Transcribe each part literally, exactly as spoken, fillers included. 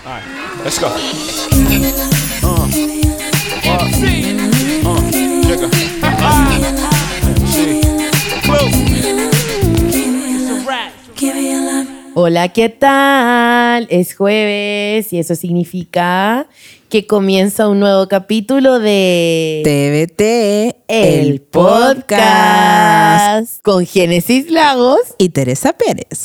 All right, let's go. Uh, uh, uh, Jigga. Sí. Hola, ¿qué tal? Es jueves y eso significa que comienza un nuevo capítulo de T V T, El Podcast con Génesis Lagos y Teresa Pérez.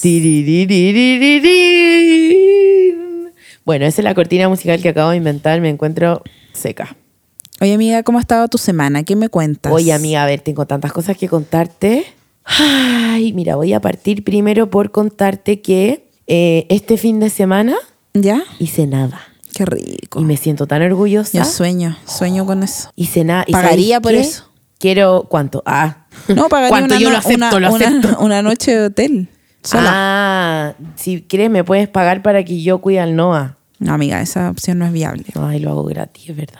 Tiriririririririn. Bueno, esa es la cortina musical que acabo de inventar. Me encuentro seca. Oye, amiga, ¿cómo ha estado tu semana? ¿Qué me cuentas? Oye, amiga, a ver, tengo tantas cosas que contarte. Ay, mira, voy a partir primero por contarte que eh, este fin de semana ¿Ya? hice nada. Qué rico. Y me siento tan orgullosa. Yo sueño, sueño con eso. Hice nada. ¿Y Pagaría sabéis por qué? eso. Quiero, ¿cuánto? Ah. No, pagaría ¿Cuánto? una, Yo lo no- acepto, una, lo una- acepto. una noche de hotel. Sola. Ah, si quieres me puedes pagar para que yo cuide al Noah. No, amiga, esa opción no es viable. Ay, lo hago gratis, es verdad.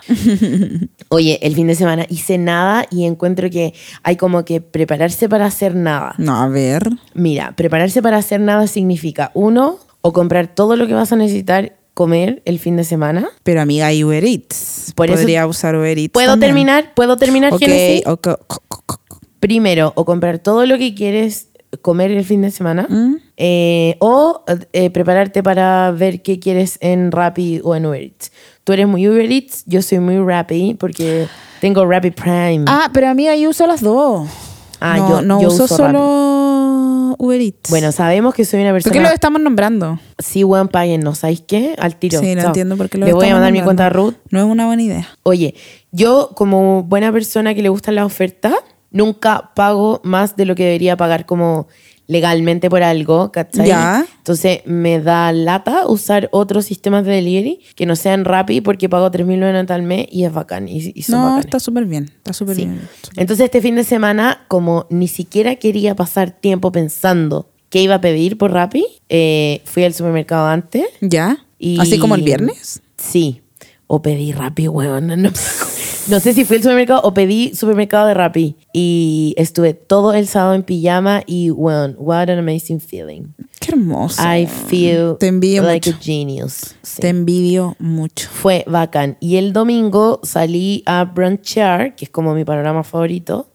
Oye, el fin de semana hice nada y encuentro que hay como que prepararse para hacer nada. No, a ver. Mira, prepararse para hacer nada significa, uno, o comprar todo lo que vas a necesitar comer el fin de semana. Pero, amiga, hay Uber Eats. Por eso- Podría usar Uber Eats ¿Puedo también. terminar? ¿Puedo terminar, Ok, Génesis? ok. Primero, o comprar todo lo que quieres comer el fin de semana, ¿Mm? eh, o eh, prepararte para ver qué quieres en Rappi o en Uber Eats. Tú eres muy Uber Eats, yo soy muy Rappi porque tengo Rappi Prime. Ah, pero, amiga, yo uso las dos. Ah, no, yo- no yo uso, uso solo Uber Eats. Bueno, sabemos que soy una ¿por qué persona... lo estamos nombrando? Sí, weón, páguennos, ¿sabéis qué? Al tiro. Sí, no Chao. entiendo por qué lo Le voy a estamos mandar mi nombrando. cuenta a Ruth. No es una buena idea. Oye, yo como buena persona que le gustan las ofertas, nunca pago más de lo que debería pagar como legalmente por algo, ¿cachai? Ya. Entonces me da lata usar otros sistemas de delivery que no sean Rappi porque pago tres mil novecientos al mes y es bacán. Y, y son No, bacanes. está súper bien. Está súper Sí. bien. Entonces este fin de semana, como ni siquiera quería pasar tiempo pensando qué iba a pedir por Rappi, eh, fui al supermercado antes. ¿Ya? Y- ¿Así como el viernes? Sí. O pedí Rappi, weón. No, no sé si fui al supermercado o pedí supermercado de Rappi. Y estuve todo el sábado en pijama y, weón, what an amazing feeling. Qué hermoso. I feel Te envidio like mucho. a genius. Sí. Te envidio mucho. Fue bacán. Y el domingo salí a brunchear, que es como mi panorama favorito,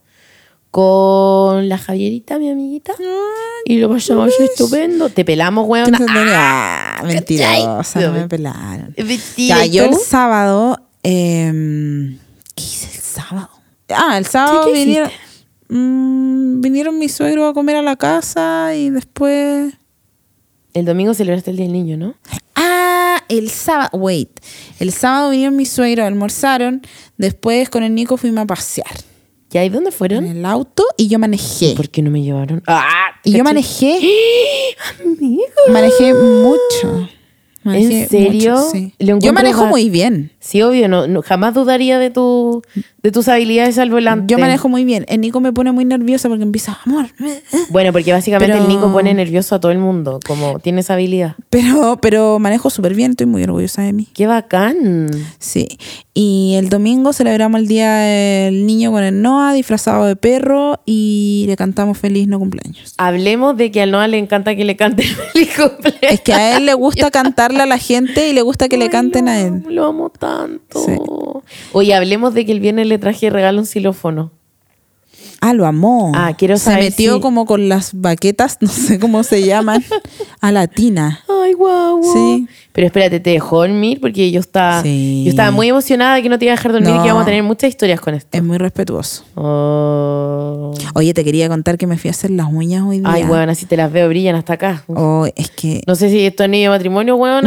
con la Javierita, mi amiguita. Y lo pasamos estupendo. Te pelamos, ¿Qué weón. entendés? Ah, mentirosa, ¿cachai? no me pelaron. Mentira, Ya, ¿y yo tú? el sábado... eh, ¿qué hice el sábado? Ah, el sábado ¿Qué- qué vinieron... mm, vinieron mis suegros a comer a la casa y después... El domingo celebraste el Día del Niño, ¿no? Ah, el sábado... Wait. El sábado vinieron mis suegros, almorzaron. Después con el Nico fuimos a pasear. ¿Y ahí dónde En fueron? el auto y yo manejé. ¿Por qué no me llevaron? Ah, Y yo ¿cachai? manejé... Amigo. Manejé mucho. Manejé ¿En serio? mucho, sí. Lo Yo encuentro manejo ba- muy bien. Sí, obvio, no, no- jamás dudaría de, tu, de tus habilidades al volante. Yo manejo muy bien. El Nico me pone muy nerviosa porque empieza, amor. Bueno, porque básicamente Pero- el Nico pone nervioso a todo el mundo, como tiene esa habilidad. Pero, pero manejo súper bien, estoy muy orgullosa de mí. ¡Qué bacán! Sí. Y el domingo celebramos el Día del Niño con el Noah, disfrazado de perro, y le cantamos feliz no cumpleaños. Hablemos de que al Noah le encanta que le canten feliz cumpleaños. Es que a él le gusta cantarle a la gente y le gusta que le Ay, canten lo a él. amo, Lo amo tanto. Sí. Oye, hablemos de que el viernes le traje de regalo un xilófono. Ah, lo amó. Ah, quiero Se saber metió si- como con las baquetas, no sé cómo se llaman, a la tina. Ay, guau, guau. Sí. Pero espérate, ¿te dejó dormir? Porque yo estaba, Sí. yo estaba muy emocionada de que no te iba a dejar dormir No. y que vamos a tener muchas historias con esto. Es muy respetuoso. Oh. Oye, te quería contar que me fui a hacer las uñas hoy día. Ay, weón, así te las veo, brillan hasta acá. Oh, es que No sé si esto es anillo de matrimonio, weón.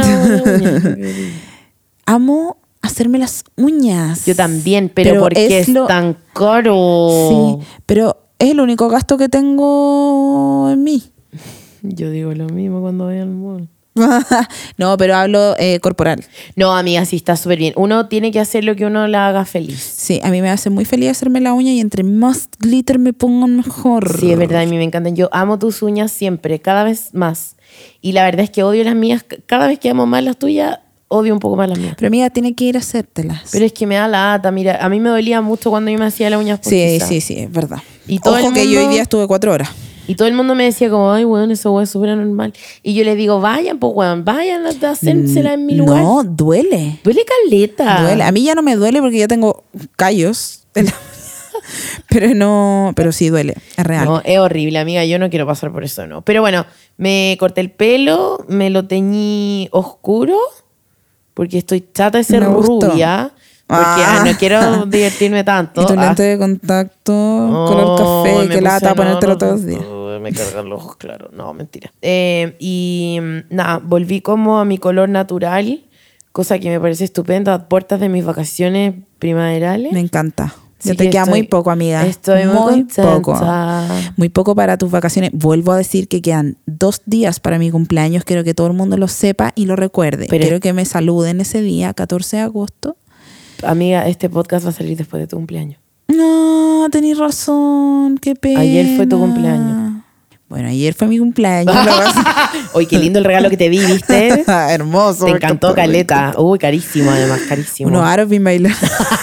amo hacerme las uñas. Yo también, pero, Pero ¿por qué es es lo- tan caro? Sí, pero es el único gasto que tengo en mí. Yo digo lo mismo cuando voy al mall. No, pero hablo eh, corporal. No, amiga, sí está súper bien. Uno tiene que hacer lo que uno la haga feliz. Sí, a mí me hace muy feliz hacerme la uña y entre más glitter me pongan mejor. Sí, es verdad, a mí me encantan. Yo amo tus uñas siempre, cada vez más. Y la verdad es que odio las mías. Cada vez que amo más las tuyas, odio un poco más las mías. Pero amiga, tiene que ir a hacértelas. Pero es que me da lata, mira, a mí me dolía mucho cuando yo me hacía las uñas sí, postizas. sí, sí, es verdad. Y todo Ojo el que yo hoy mundo- día estuve cuatro horas. Y todo el mundo me decía como, ay, weón, eso weón es súper normal. Y yo les digo, vayan, pues weón, vayan a hacérsela en mi lugar. No, duele. Duele caleta. Duele. A mí ya no me duele porque ya tengo callos. En la... pero no, pero sí duele, es real. No, es horrible, amiga, yo no quiero pasar por eso, no. Pero bueno, me corté el pelo, me lo teñí oscuro, porque estoy chata de ser Me gustó. rubia, porque Ah. no quiero divertirme tanto. Y tu Ah. lente de contacto Oh, color café, me que lata puse- ponértelo no, todos no, los días. oh, me cargan los ojos, claro. No, mentira. Eh, y mm, nada, volví como a mi color natural, cosa que me parece estupenda, a puertas de mis vacaciones primaverales. Me encanta. Ya Así te que queda muy estoy- poco, amiga. Estoy muy, contenta. poco. Muy poco para tus vacaciones. Vuelvo a decir que quedan dos días para mi cumpleaños. Quiero que todo el mundo lo sepa y lo recuerde. Pero- Quiero que me saluden ese día, catorce de agosto. Amiga, este podcast va a salir después de tu cumpleaños. No, tenés razón. Qué pena. Ayer fue tu cumpleaños. Bueno, ayer fue mi cumpleaños. Lo vas- Oye, qué lindo el regalo que te di, ¿viste? Hermoso. Te encantó, Porque- caleta. Uy, carísimo, además, carísimo. Unos aros bien bailados.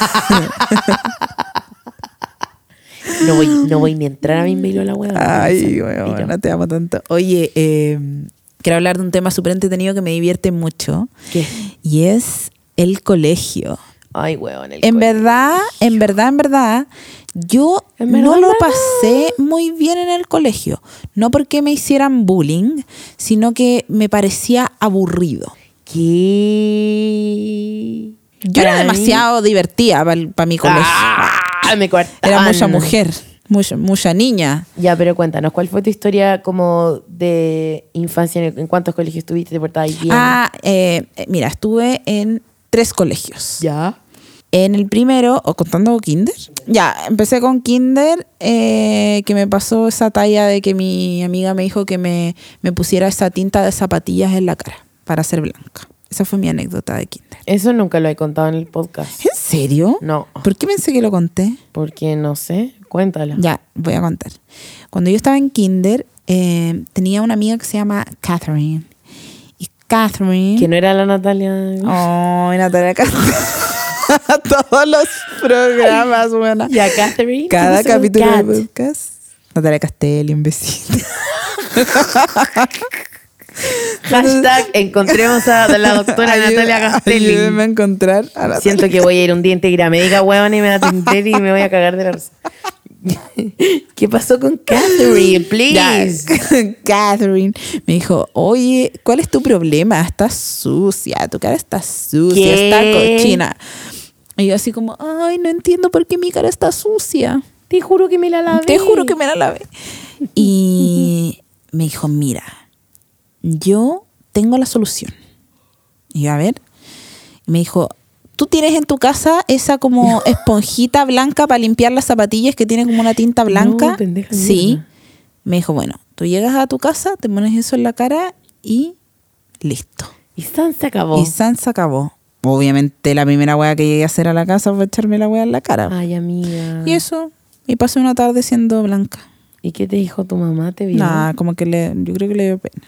No voy, no voy ni a entrar a Bimbo la hueá. Ay, weón, no te amo tanto. Oye, eh, quiero hablar de un tema súper entretenido que me divierte mucho. ¿Qué? Y es el colegio. Ay, weón. el En colegio. verdad, en verdad, en verdad, yo En verdad, no en lo verdad. pasé muy bien en el colegio. No porque me hicieran bullying, sino que me parecía aburrido. ¿Qué? Yo Para era mí- demasiado divertida para mi colegio. Ah, me cortan. Era mucha mujer, mucha, mucha niña. Ya, pero cuéntanos, ¿cuál fue tu historia como de infancia? ¿En en cuántos colegios estuviste? ¿Te portabas bien? Ah, eh, eh, mira, estuve en tres colegios. ya. En el primero, o contando kinder, ya, empecé con kinder, eh, que me pasó esa talla de que mi amiga me dijo que me, me pusiera esa tinta de zapatillas en la cara para ser blanca. Esa fue mi anécdota de kinder. Eso nunca lo he contado en el podcast. ¿En serio? No, ¿Por qué pensé que lo conté? porque no sé. Cuéntalo. Ya, voy a contar. Cuando yo estaba en kinder, eh, tenía una amiga que se llama Catherine. Y Catherine... Que no era la Natalia. Oh, Natalia Castel. Todos los programas, buena. Ya, Catherine. Cada ¿Cómo se llama? capítulo Cat. de podcast. Natalia Castelli, un besito. Hashtag encontremos a la doctora Ayú- Natalia Castelli. Ayúdenme a encontrar a Natalia. Siento que voy a ir un día a integrar médica, huevón, y me va a atender y me voy a cagar de la risa. ¿Qué pasó con Catherine? Ya, Please. Catherine me dijo, oye, ¿cuál es tu problema? Estás sucia, tu cara está sucia, ¿Qué? está cochina. Y yo así como, ay, no entiendo por qué mi cara está sucia. Te juro que me la lavé. Te juro que me la lavé. Y me dijo, mira, yo tengo la solución. Y yo, a ver. Y me dijo, ¿tú tienes en tu casa esa como esponjita blanca para limpiar las zapatillas que tiene como una tinta blanca? No, pendeja Sí. mierda. Me dijo, bueno, tú llegas a tu casa, te pones eso en la cara y listo. Y San se acabó. Y San se acabó. Obviamente la primera wea que llegué a hacer a la casa fue echarme la wea en la cara. Ay, amiga. Y eso. Y pasé una tarde siendo blanca. ¿Y qué te dijo tu mamá? ¿Te vio? Nada, como que le, yo creo que le dio pena.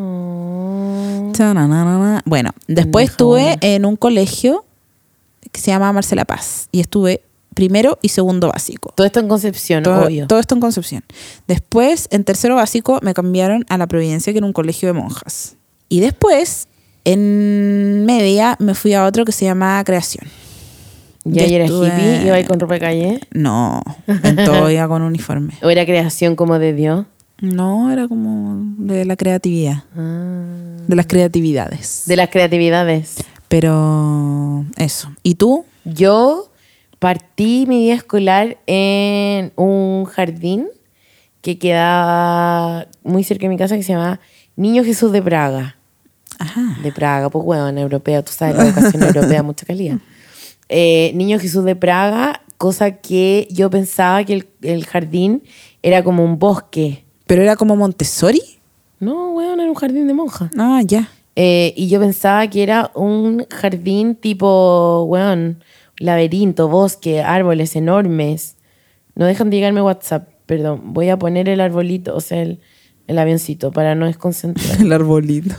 Oh. Chananana. Bueno, después Pendeja estuve buena. en un colegio que se llama Marcela Paz. Y estuve primero y segundo básico. Todo esto en Concepción, Todo, obvio. todo esto en Concepción. Después, en tercero básico, me cambiaron a La Providencia, que era un colegio de monjas. Y después, en media, me fui a otro que se llama Creación. ¿Ya Ya era estuve- hippie? ¿Iba a ir con ropa de calle? No, en todo iba con uniforme. ¿O era creación como de Dios? No, era como de la creatividad. Ah. De las creatividades. De las creatividades. Pero eso. ¿Y tú? Yo partí mi día escolar en un jardín que quedaba muy cerca de mi casa que se llama Niño Jesús de Praga. Ajá. De Praga, pues huevón, europea, tú sabes, la educación europea, mucha calidad. Eh, Niño Jesús de Praga, cosa que yo pensaba que el, el jardín era como un bosque. ¿Pero era como Montessori? No, huevón, era un jardín de monjas. Ah, ya. Eh, y yo pensaba que era un jardín tipo, weón, laberinto, bosque, árboles enormes. No dejan de llegarme WhatsApp, perdón. Voy a poner el arbolito, o sea, el, el avioncito para no desconcentrar. El arbolito.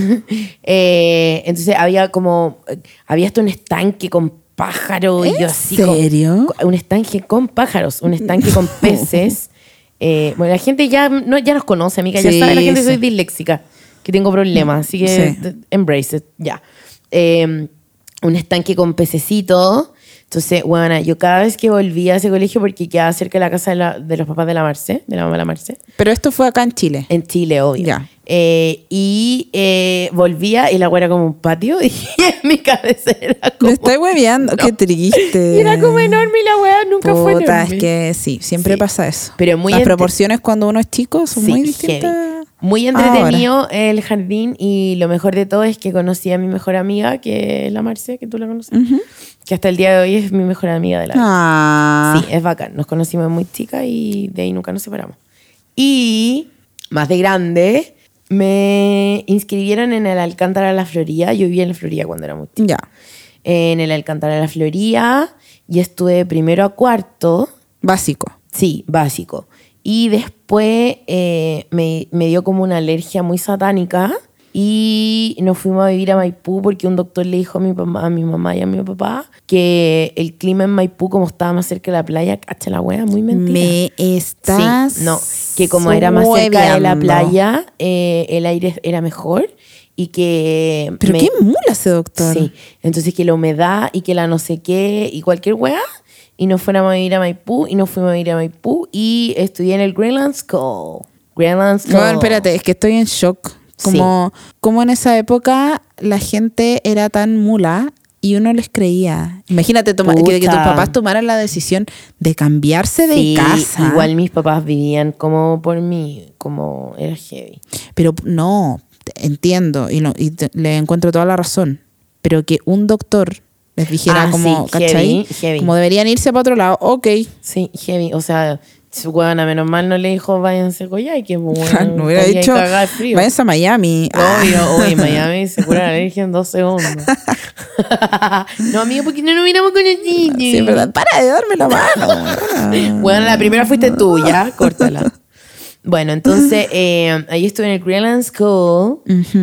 Eh, entonces había como, había hasta un estanque con pájaros. Y ¿En yo así como- serio? un estanque con pájaros, un estanque con peces. Eh, bueno, la gente ya, no, ya nos conoce, amiga. Ya Sí, sabe la gente que sí. soy disléxica, que tengo problemas. Así que Sí. t- embrace it. Ya. Eh, un estanque con pececitos. Entonces, bueno, yo cada vez que volvía a ese colegio, porque quedaba cerca de la casa de, la- de los papás de la Marce, de la mamá de la Marce, Pero esto fue acá en Chile. en Chile, obvio. Ya. Eh, y eh, volvía y la agua era como un patio y en mi cabeza era como... Me estoy hueveando, qué triste. Y era como enorme y la weá nunca fue Puta, enorme. es que sí, siempre Sí. pasa eso. Pero muy Las ente- proporciones cuando uno es chico son Sí, muy distintas. heavy. Muy entretenido el jardín y lo mejor de todo es que conocí a mi mejor amiga, que es la Marce, que tú la conoces, que hasta el día de hoy es mi mejor amiga de la vida. Ah, Sí, es bacán. Nos conocimos muy chicas y de ahí nunca nos separamos. Y más de grande, me inscribieron en el Alcántara de la Florida. Yo vivía en la Florida cuando era muy chica. ya. En el Alcántara de la Florida y estuve primero a cuarto. Básico. Sí, básico. Y después eh, me, me dio como una alergia muy satánica y nos fuimos a vivir a Maipú porque un doctor le dijo a mi, mamá, a mi mamá y a mi papá que el clima en Maipú, como estaba más cerca de la playa, cacha la wea, muy mentira. Me estás. Sí, no, que como era más cerca de la hueveando. playa, eh, el aire era mejor y que... Pero me- qué mula ese doctor. Sí, entonces que la humedad y que la no sé qué y cualquier weá. Y nos fuéramos a ir a Maipú y nos fuimos a ir a Maipú y estudié en el Greenland School. Greenland School. Bueno, espérate, es que estoy en shock. Como, como en esa época la gente era tan mula y uno les creía. Imagínate toma- que, que tus Pucha. papás tomaran la decisión de cambiarse de Sí, casa. igual mis papás vivían como por mí, como era heavy. Pero no, te- entiendo y, no- y te- le encuentro toda la razón. Pero que un doctor les dijera Ah, como, sí, ¿cachai? heavy, heavy. Como deberían irse para otro lado, ok. Sí, heavy. O sea, su huevona, menos mal no le dijo váyanse a Goyay, que bueno. no hubiera estaría dicho, cagada de frío. váyanse a Miami. Ah. Obvio, hoy en Miami se cura la alergia en dos segundos. No, amigo, porque no nos miramos con el niño. Sí, es verdad. Para de darme la mano. Bueno, la primera fuiste tú, ya, córtala. Bueno, entonces eh, ahí estuve en el Greenland School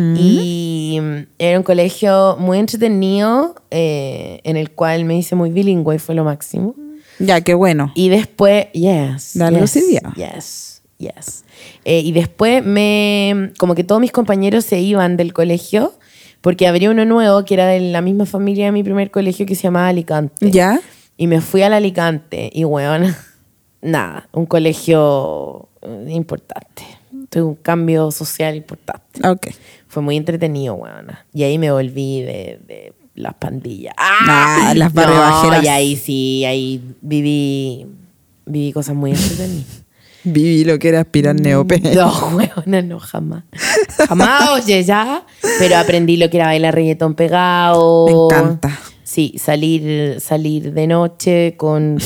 y mm, era un colegio muy entretenido eh, en el cual me hice muy bilingüe y fue lo máximo. Ya, qué bueno. Y después, yes. La yes, lucidez. Yes, yes. Eh, y después me, como que todos mis compañeros se iban del colegio porque habría uno nuevo que era de la misma familia de mi primer colegio que se llamaba Alicante. ¿Ya? Y me fui al Alicante y, weón, nada, un colegio eh, importante. Tuve un cambio social importante. Ok. Fue muy entretenido, weón. Y ahí me volví de, de las pandillas. Ah, las barribajeras. Y ahí sí, ahí viví, viví cosas muy entretenidas. Viví lo que era aspirar neope. No, weona, no, jamás. Jamás, oye, ya. Pero aprendí lo que era bailar reggaetón pegado. Me encanta. Sí, salir, salir de noche con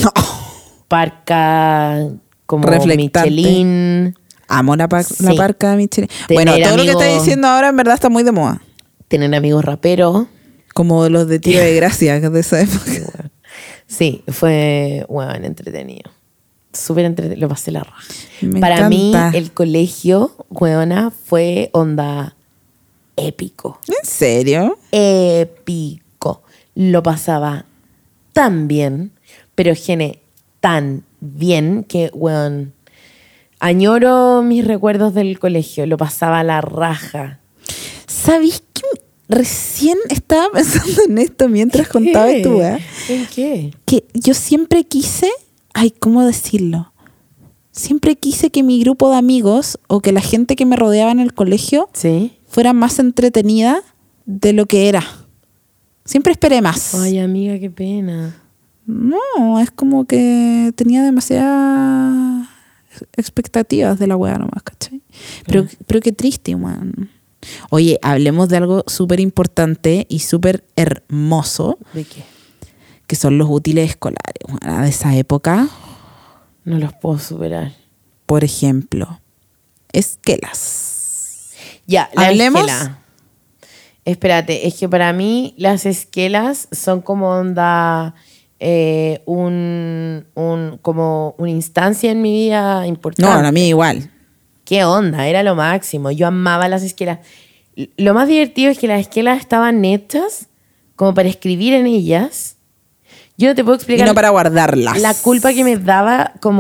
parca como Reflectante. Michelin. Amo la, pa- Sí. la parca de Michelle. Tener Bueno, todo lo que amigos- estás diciendo ahora en verdad está muy de moda. Tener amigos raperos. Como los de Tiro de Gracia de esa época. Sí, fue, bueno, entretenido. Súper entretenido. Lo pasé la raja. Me Para mí, encanta. el colegio, weona, fue onda épico. ¿En serio? Épico. Lo pasaba tan bien, pero gene tan bien que, weón, añoro mis recuerdos del colegio. Lo pasaba a la raja. ¿Sabís que recién estaba pensando en esto mientras contaba ¿Qué? tu weá? ¿En qué? Que yo siempre quise, ay, ¿cómo decirlo? Siempre quise que mi grupo de amigos o que la gente que me rodeaba en el colegio ¿Sí? fuera más entretenida de lo que era. Siempre esperé más. Ay, amiga, qué pena. No, es como que tenía demasiadas expectativas de la weá nomás, ¿cachai? Pero, pero qué triste, man. Oye, hablemos de algo súper importante y súper hermoso, ¿De qué? que son los útiles escolares, weá, de esa época. No los puedo superar. Por ejemplo, esquelas. Ya, la ¿Hablemos? esquela. Espérate, es que para mí las esquelas son como onda, eh, un, un, como una instancia en mi vida importante. No, a mí igual. ¿Qué onda? Era lo máximo. Yo amaba las esquelas. L- Lo más divertido es que las esquelas estaban hechas como para escribir en ellas. Yo no te puedo Y explicar no para guardarlas. la culpa que me daba como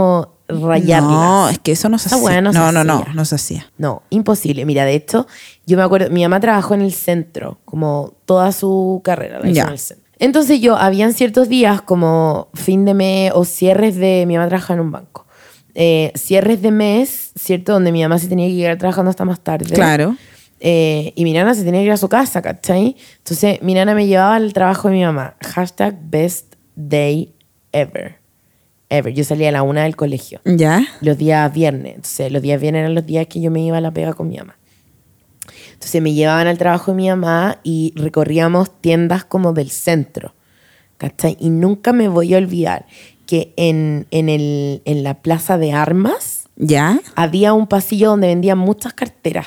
rayarlas. No, es que eso no se Esa hacía. weá no se no, no, no, hacía. no se hacía. No, imposible. Mira, de hecho, yo me acuerdo, mi mamá trabajó en el centro, como toda su carrera la hizo Ya. en el centro. Entonces yo, habían ciertos días como fin de mes o cierres de, mi mamá trabajaba en un banco, eh, cierres de mes, ¿cierto? Donde mi mamá se tenía que quedar trabajando hasta más tarde. Claro. Eh, y mi nana se tenía que ir a su casa, ¿cachai? Entonces mi nana me llevaba al trabajo de mi mamá. Hashtag best day ever. Ever. Yo salía a la una del colegio. ¿Ya? Los días viernes. Entonces los días viernes eran los días que yo me iba a la pega con mi mamá. Entonces me llevaban al trabajo de mi mamá y recorríamos tiendas como del centro, ¿cachai? Y nunca me voy a olvidar que en, en, el, en la plaza de armas ¿Ya? había un pasillo donde vendían muchas carteras.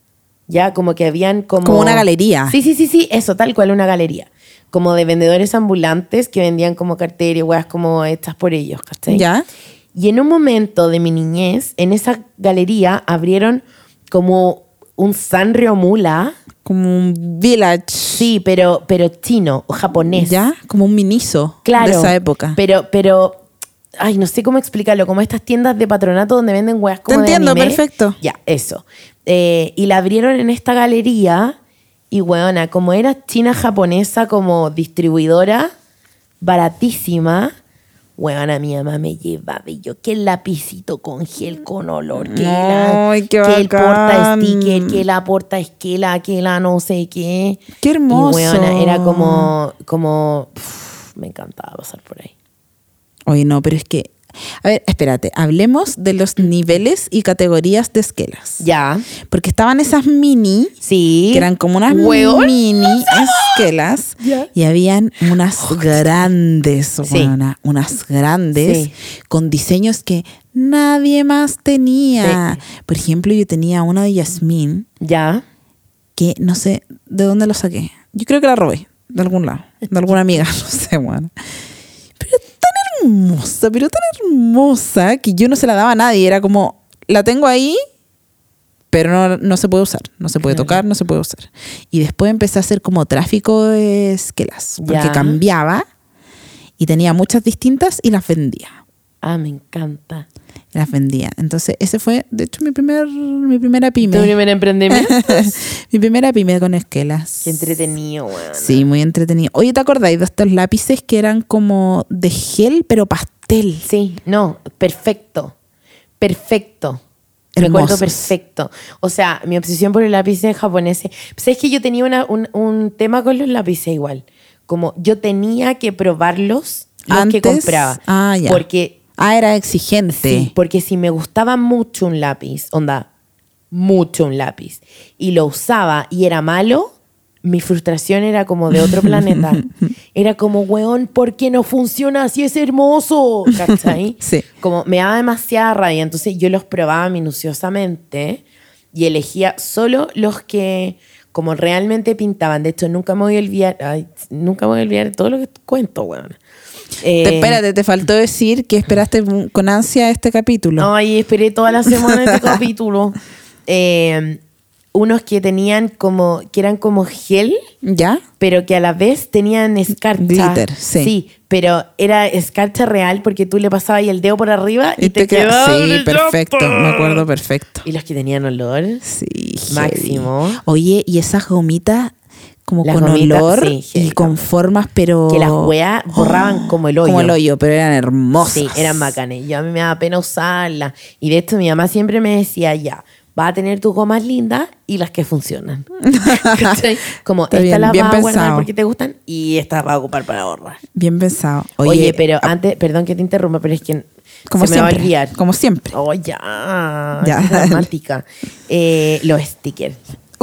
Ya, como que habían como... Como una galería. Sí, sí, sí, sí, eso, tal cual, una galería. Como de vendedores ambulantes que vendían como carteras y weas como hechas por ellos, ¿cachai? ¿Ya? Y en un momento de mi niñez, en esa galería abrieron como un Sanrio Mula. Como un village. Sí, pero, pero chino o japonés. ¿Ya? Como un miniso. Claro. De esa época. Pero, pero, ay, no sé cómo explicarlo. Como estas tiendas de patronato donde venden weas como Te de entiendo, anime. perfecto. Ya, eso. Eh, y la abrieron en esta galería y, weona, como era china japonesa como distribuidora, baratísima, weona, mi mamá me llevaba y yo, que el lapicito con gel con olor, que, la, Ay, qué que el porta bacán. sticker, que la porta esquela, que la no sé qué. Qué hermoso. Y, weona, era como, como, pff, me encantaba pasar por ahí. Oye, no, pero es que... A ver, espérate. Hablemos de los niveles y categorías de esquelas. Ya, Porque estaban esas mini... sí. que eran como unas Weón. mini esquelas Ya. y habían unas grandes, Sí. weona, unas grandes Sí. con diseños que nadie más tenía. Por ejemplo, yo tenía una de Yasmín Ya. que no sé de dónde lo saqué. Yo creo que la robé de algún lado, de alguna amiga, no sé, weona. Pero tan hermosa, pero tan hermosa que yo no se la daba a nadie. Era como, la tengo ahí, pero no, no se puede usar, no se puede Claro. tocar, no se puede usar. Y después empecé a hacer como tráfico de esquelas, porque Ya. cambiaba y tenía muchas distintas y las vendía. Ah, me encanta. Las vendía. Entonces, ese fue, de hecho, mi primer mi primera pyme. ¿Tu primer emprendimiento? Mi primera pyme con esquelas. Qué entretenido, weón. Sí, muy entretenido. Oye, ¿te acordáis de estos lápices que eran como de gel, pero pastel? Sí, no, perfecto. Perfecto. Me acuerdo Hermosos. perfecto. O sea, mi obsesión por los lápices japoneses. ¿Sabes que yo tenía una- un, un tema con los lápices igual? Como yo tenía que probarlos los Antes, que compraba. ah, ya. Porque, Ah, era exigente. sí, porque si me gustaba mucho un lápiz, onda, mucho un lápiz, y lo usaba y era malo, mi frustración era como de otro planeta. Era como, weón, ¿por qué no funciona así? Es hermoso. ¿Cachai? Sí. Como me daba demasiada rabia. Entonces yo los probaba minuciosamente y elegía solo los que como realmente pintaban. De hecho, nunca me voy a olvidar, ay, nunca me voy a olvidar de todo lo que cuento, weón. Eh, Te, espérate, te faltó decir que esperaste con ansia este capítulo. Ay, esperé toda la semana este capítulo. Eh, unos que tenían como, que eran como gel, ¿Ya? pero que a la vez tenían escarcha. Glitter, sí. pero era escarcha real porque tú le pasabas ahí el dedo por arriba y, Y te, te queda- quedaba sí, brillante. perfecto, me acuerdo perfecto. Y los que tenían olor. Sí, heavy. Máximo. Oye, y esas gomitas como Las con gomitas, olor sí, heavy y con también. formas, pero... Que las weas borraban como el hoyo. Como el hoyo, pero eran hermosas. Sí, eran bacanes. Yo a mí me daba pena usarlas. Y de esto mi mamá siempre me decía, ya, vas a tener tus gomas lindas y las que funcionan. ¿Cachai? Como Está estas bien, las bien vas a guardar pensado. porque te gustan y estas vas a ocupar para ahorrar. Bien pensado. Oye, Oye, pero antes, perdón que te interrumpa, pero es que como se me va a siempre, olvidar. como siempre. Oh, ya. Ya. Qué dramática. Eh, los stickers.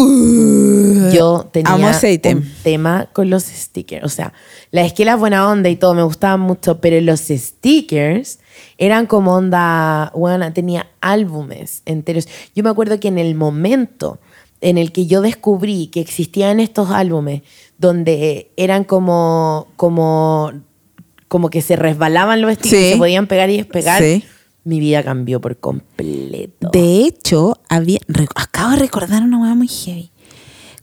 Uh, Yo tenía amo ese ítem. un tema con los stickers. O sea, la esquela buena onda y todo, me gustaban mucho, pero los stickers eran como onda, bueno, tenía álbumes enteros. Yo me acuerdo que en el momento en el que yo descubrí que existían estos álbumes donde eran como, como, como que se resbalaban los stickers, Sí. se podían pegar y despegar, Sí. mi vida cambió por completo. De hecho, había, rec- acabo de recordar una hueá muy heavy.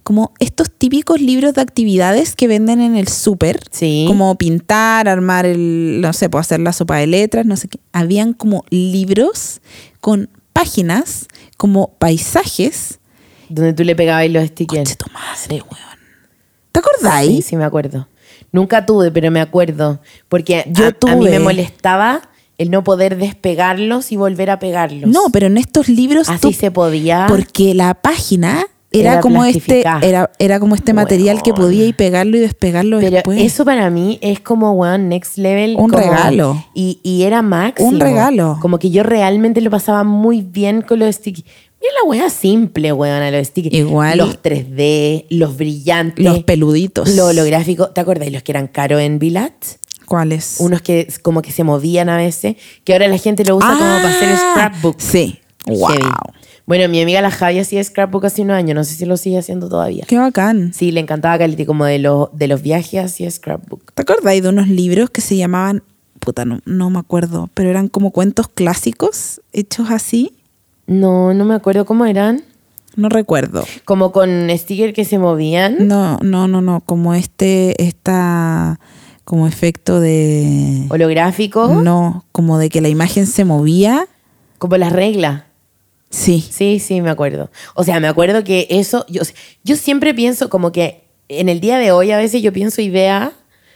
como estos típicos libros de actividades que venden en el súper. Sí. Como pintar, armar el, no sé, pues hacer la sopa de letras, no sé qué. Habían como libros con páginas, como paisajes. Donde tú le pegabas los stickers. Conche tu madre, weón. ¿Te acordáis? Sí, sí, me acuerdo. Nunca tuve, pero me acuerdo. Porque Yo a, a mí tuve. me molestaba el no poder despegarlos y volver a pegarlos. No, pero en estos libros Así tú- se podía. porque la página era, Era como este plastificada. era, era como este material que Weón. podía y pegarlo y despegarlo Pero después. eso para mí es como, weón, next level. Un como- regalo. Y, y era máximo. Un regalo. Como que yo realmente lo pasaba muy bien con los stickers. Mira la weá simple, weón, a los stickers. Igual. Los tres D, los brillantes. Los peluditos. Lo holográfico. ¿Te acuerdas? Los que eran caros en Vilat. ¿Cuáles? Unos que como que se movían a veces. Que ahora la gente lo usa como para hacer Ah, scrapbook. Sí. Wow. Heavy. Bueno, mi amiga la Javi hacía scrapbook hace unos años. No sé si lo sigue haciendo todavía. Qué bacán. Sí, le encantaba Cality, como de, los de los viajes hacía scrapbook. ¿Te acordáis de unos libros que se llamaban, puta, no, no me acuerdo, pero eran como cuentos clásicos hechos así? No, no me acuerdo cómo eran. No recuerdo. Como con stickers que se movían. No, no, no, no, como este, esta, como efecto de... Holográficos. No, como de que la imagen se movía. Como las reglas. Sí. Sí, sí, me acuerdo. O sea, me acuerdo que eso... Yo, yo siempre pienso como que en el día de hoy a veces yo pienso idea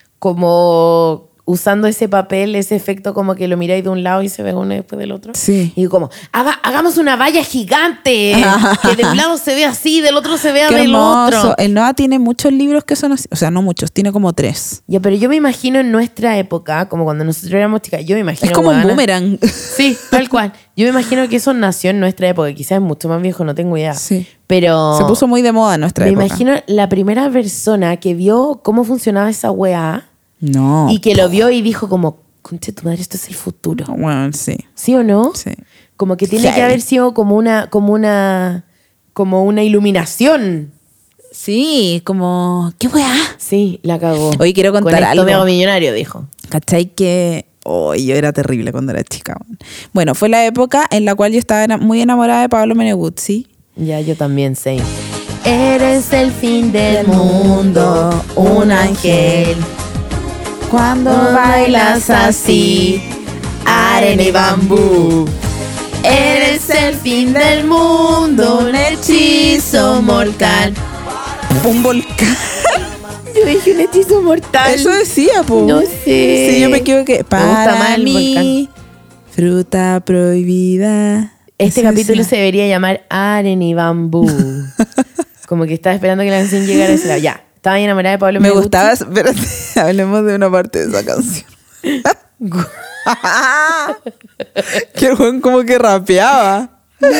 como usando ese papel, ese efecto como que lo miráis de un lado y se ve uno después del otro. Sí. Y como, "Haga- hagamos una valla gigante, que de un lado se ve así, del otro se vea Qué del hermoso. otro. El Noah tiene muchos libros que son así. O sea, no muchos, tiene como tres. Ya, pero yo me imagino en nuestra época, como cuando nosotros éramos chicas, yo me imagino... Es como un huevona, boomerang. Sí, tal cual. Yo me imagino que eso nació en nuestra época, quizás es mucho más viejo, no tengo idea. Sí. Pero Se puso muy de moda en nuestra me época. imagino la primera persona que vio cómo funcionaba esa weá No. y que lo vio y dijo como, conche tu madre, esto es el futuro. Bueno, sí. ¿Sí o no? Sí. Como que tiene Heavy. que haber sido como una, como una, como una iluminación. Sí, como... ¿Qué weá? Sí, la cagó. Hoy quiero contar Con esto algo. me hago millonario, dijo. ¿Cachai que... Oh, yo era terrible cuando era chica. weón. Bueno, fue la época en la cual yo estaba ena- muy enamorada de Pablo Meneguzzi. Ya, yo también sé. Eres el fin del mundo, un ángel. Cuando Bailas así, arena y bambú. Eres el fin del mundo, un hechizo mortal. Un volcán. Yo dije un hechizo mortal. Eso decía, po. No sé. Sí, yo me equivoqué. gusta Para más el mí, fruta prohibida. Este Eso capítulo decía. se debería llamar Arena y Bambú. Como que estaba esperando que la canción llegara a ese lado. Ya, estaba bien enamorada de Pablo Me Meneguzzi. gustaba, espérate, hablemos de una parte de esa canción. Que el Juan como que rapeaba.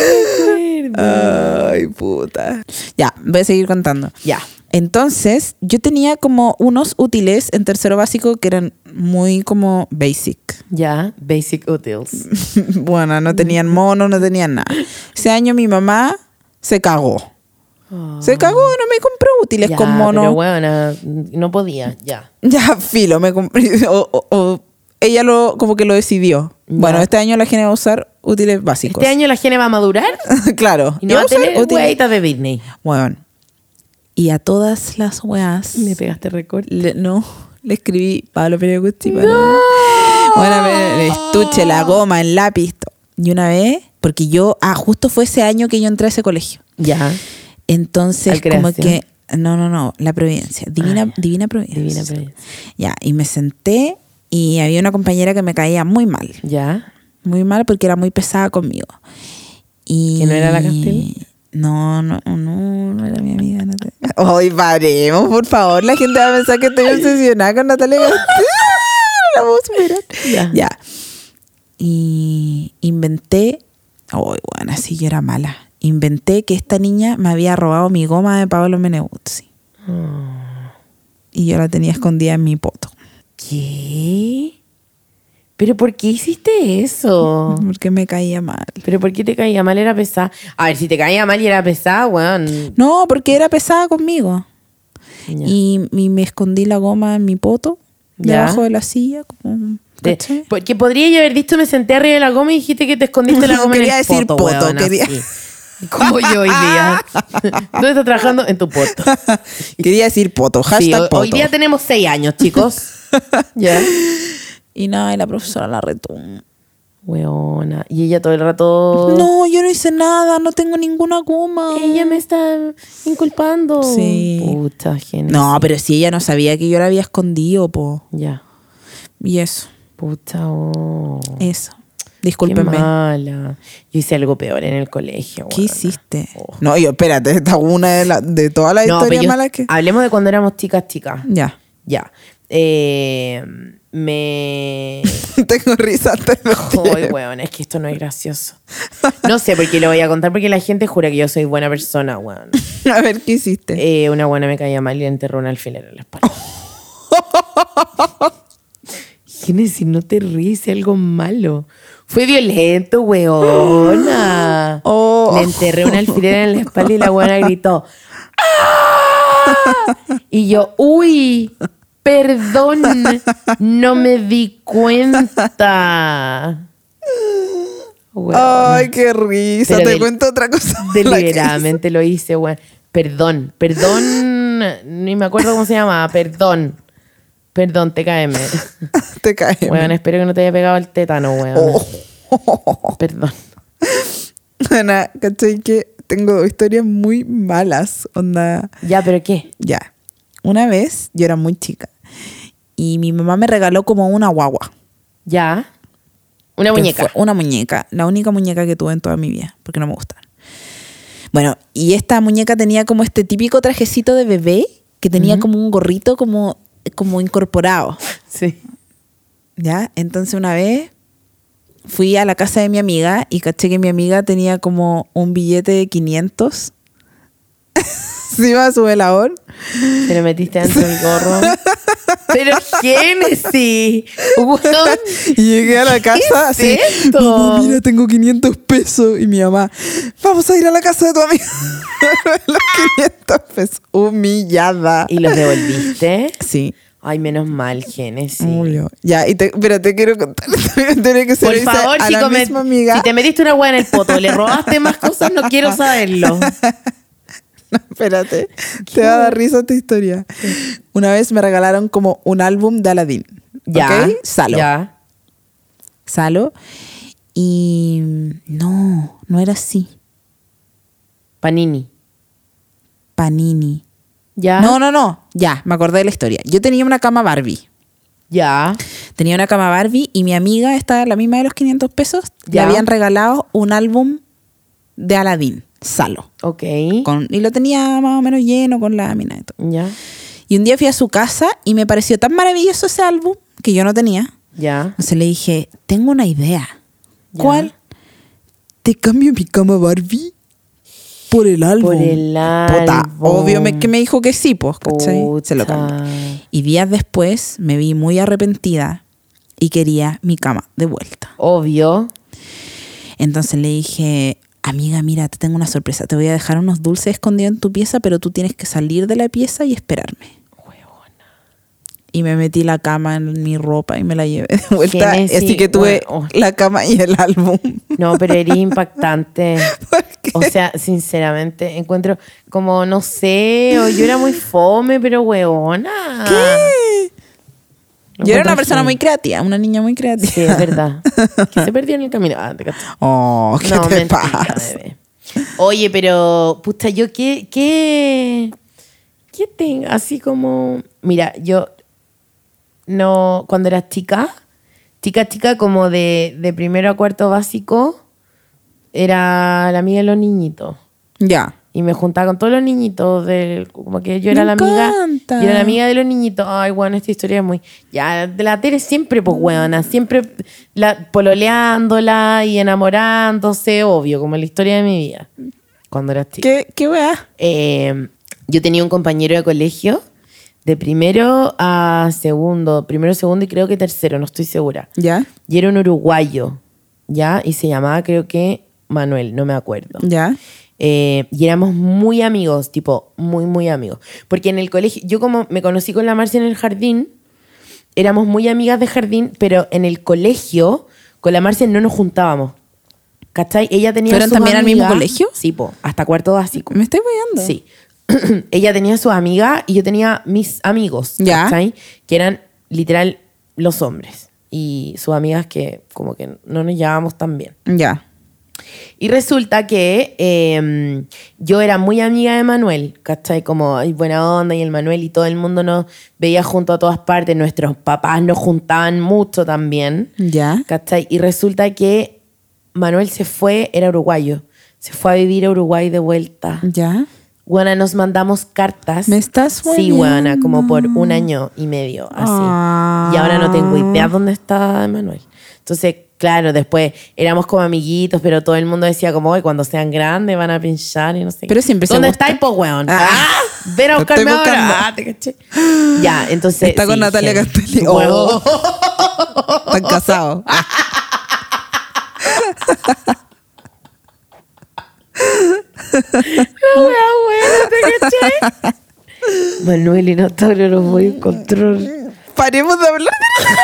Ay, puta. Ya, voy a seguir contando. Ya. Entonces, yo tenía como unos útiles en tercero básico que eran muy como basic. Ya, Basic Utils. Bueno, no tenían mono, no tenían nada. Ese año mi mamá se cagó. Se cagó, no me compró útiles Ya, con mono. pero bueno, no podía, ya. Ya, filo, me compré. O, o- o ella lo, como que lo decidió. Ya. Bueno, este año la gente va a usar útiles básicos. Este año la gente va a madurar Claro. y no va a usar tener útiles- hueitas de Disney. Bueno. Y a todas las weas. Me pegaste récord. le- no, le escribí Pablo Meneguzzi para. Bueno, me- el estuche, la goma, el lápiz. to- Y una vez, porque yo, ah, justo fue ese año que yo entré a ese colegio. Ya. Entonces, Al como Creación. que. No, no, no, la Providencia. Divina, Ah, Divina Providencia. Divina Providencia. Ya, y me senté y había una compañera que me caía muy mal. Ya. Muy mal porque era muy pesada conmigo. Y... ¿Que no era la Castelo? No, no, no, no era mi amiga Natalia. Hoy paremos, por favor. La gente va a pensar que estoy obsesionada con Natalia Castelo. La voy a superar. Ya. Ya. Y inventé. Uy, bueno, así yo era mala. Inventé que esta niña me había robado mi goma de Pablo Meneguzzi. Y yo la tenía escondida en mi poto. ¿Qué? ¿Pero por qué hiciste eso? Porque me caía mal. ¿Pero por qué te caía mal? Era pesada. A ver, si te caía mal y era pesada, weón. No, porque era pesada conmigo. Ya. Y, y me escondí la goma en mi poto, Ya. debajo de la silla. Como, De- ¿cachai? porque podría yo haber dicho, me senté arriba de la goma y dijiste que te escondiste la goma Quería en el decir poto, poto, weón, quería- así. Como yo hoy día. ¿Dónde estás trabajando? En tu poto. Quería decir poto, hashtag Sí, hoy, poto. hoy día tenemos seis años, chicos. Ya. Y nada, y la profesora la retó. Weona. Y ella todo el rato... No, yo no hice nada, no tengo ninguna goma. Ella me está inculpando. Sí. Puta, Génesis. No, pero si ella no sabía que yo la había escondido, po. Ya. Y eso, Puta, oh. eso. Qué Discúlpenme. mala. Yo hice algo peor en el colegio. ¿Qué weona. hiciste? Oh. No, yo, espérate, esta es una de, la, de todas las No, pero historias yo- malas que... hablemos de cuando éramos chicas, chicas. Ya. Ya. Eh, me... Tengo risa antes de Ay, weón, es que esto no es gracioso. No sé por qué lo voy a contar, porque la gente jura que yo soy buena persona, weón. A ver, ¿qué hiciste? Eh, una buena me caía mal y le enterró un alfiler en la espalda. Génesis, no te ríes, es algo malo. Fue violento, weona. Oh. Le enterré un alfiler en la espalda y la weona gritó. ¡Ah! Y yo, uy, perdón, no me di cuenta. Weona. Ay, qué risa. Pero Te del- cuento otra cosa. mala que Deliberadamente lo hice, weón. Perdón, perdón, ni me acuerdo cómo se llamaba, perdón. Perdón, T K M. hice. Te cae. Weón, espero que no te haya pegado el tétano, weón. Oh. Perdón. Ana, ¿cachai? Que tengo historias muy malas. Onda. Ya, ¿pero qué? Ya. Una vez, yo era muy chica. Y mi mamá me regaló como una guagua. Ya. Una que muñeca. fue una muñeca. La única muñeca que tuve en toda mi vida. Porque no me gustaban. Bueno, y esta muñeca tenía como este típico trajecito de bebé. Que tenía como un gorrito como, como incorporado. Sí. ¿Ya? Entonces una vez fui a la casa de mi amiga y caché que mi amiga tenía como un billete de quinientos. Se iba a su velador. Te lo metiste dentro del gorro. Pero Génesis, weón. Y llegué a la casa es así. esto? Mamá, mira, tengo quinientos pesos. Y mi mamá, vamos a ir a la casa de tu amiga. Los quinientos pesos. Humillada. ¿Y los devolviste? Sí. Ay, menos mal, Génesis. Obvio. Ya, y te, pero te quiero contar esta historia que se Por le hice favor, a si, la come- misma amiga. si te metiste una hueá en el poto, le robaste más cosas, no quiero saberlo. No, espérate, te va a dar risa esta historia. Una vez me regalaron como un álbum de Aladdin. Ya. ¿Ok? Salo. Ya. Salo. Y no, no era así. Panini. Panini. Ya. No, no, no. Ya, me acordé de la historia. Yo tenía una cama Barbie. Ya. Tenía una cama Barbie y mi amiga, esta, la misma de los quinientos pesos, le Ya. habían regalado un álbum de Aladdin, Salo. Ok. Con, y lo tenía más o menos lleno con lámina y todo. Ya. Y un día fui a su casa y me pareció tan maravilloso ese álbum que yo no tenía. Ya. Entonces le dije, tengo una idea. Ya. ¿Cuál? Te cambio mi cama Barbie por el álbum. Por el Puta, álbum. obvio me- que me dijo que sí, pues, ¿cachai? Se lo Puta. cambié. Y días después me vi muy arrepentida y quería mi cama de vuelta. Obvio. Entonces le dije, amiga, mira, te tengo una sorpresa. Te voy a dejar unos dulces escondidos en tu pieza, pero tú tienes que salir de la pieza y esperarme. Y me metí la cama en mi ropa y me la llevé de vuelta. Génesis, Así que tuve bueno, la cama y el álbum. No, pero eres impactante. ¿Por qué? O sea, sinceramente, encuentro como, no sé, o yo era muy fome, pero weona. ¿Qué? Lo Yo era encuentro una persona heavy. muy creativa, una niña muy creativa. Sí, es verdad. Que se perdió en el camino. Ah, te cacho. Oh, ¿qué No, te mentira, pasa? bebé. Oye, pero, puta, yo qué, qué, qué tengo, así como, mira, yo, no, cuando era chica, chica, chica, como de, de primero a cuarto básico, era la amiga de los niñitos. Ya. Y me juntaba con todos los niñitos, del, como que yo era Me la amiga. encanta. Yo era la amiga de los niñitos. Ay, bueno, esta historia es muy. Ya, de la Tere siempre, pues, weona. Siempre la, pololeándola y enamorándose, obvio, como la historia de mi vida. Cuando era chica. ¿Qué, qué weá? Eh, yo tenía un compañero de colegio de primero a segundo, primero, segundo y creo que tercero, no estoy segura. Ya, Y era un uruguayo, ¿ya? Y se llamaba, creo que Manuel, no me acuerdo. ya. Eh, y éramos muy amigos, tipo, muy, muy amigos. Porque en el colegio, yo como me conocí con la Marcia en el jardín, éramos muy amigas de jardín, pero en el colegio, con la Marcia no nos juntábamos. ¿Cachai? Ella tenía ¿Fueron sus también al mismo amigas- colegio? Sí, po, hasta cuarto básico. ¿Me estoy voyando? Sí. Ella tenía sus amigas y yo tenía mis amigos, Ya. ¿cachai? Que eran literal los hombres. Y sus amigas que como que no nos llevábamos tan bien. Ya. Y resulta que eh, yo era muy amiga de Manuel, ¿cachai? Como ay, buena onda y el Manuel y todo el mundo nos veía junto a todas partes. Nuestros papás nos juntaban mucho también, Ya. ¿cachai? Y resulta que Manuel se fue, era uruguayo, se fue a vivir a Uruguay de vuelta. Ya. Bueno, nos mandamos cartas. ¿Me estás Sí, hueviando? buena, como por un año y medio, así. Ah. Y ahora no tengo idea dónde está Manuel. Entonces, claro, después éramos como amiguitos, pero todo el mundo decía como, hoy cuando sean grandes van a pinchar y no sé Pero qué. siempre se ¿Dónde busca- estáis, po, weón? Ah. Ah, ven a Te estoy buscarme ahora. buscando. Ah, te caché. Ya, entonces... Está con sí, Natalia heavy. Castelli. Weón. Oh. Están casados. La wea buena, te caché. Manuel y Natalia los voy a encontrar. Paremos de hablar.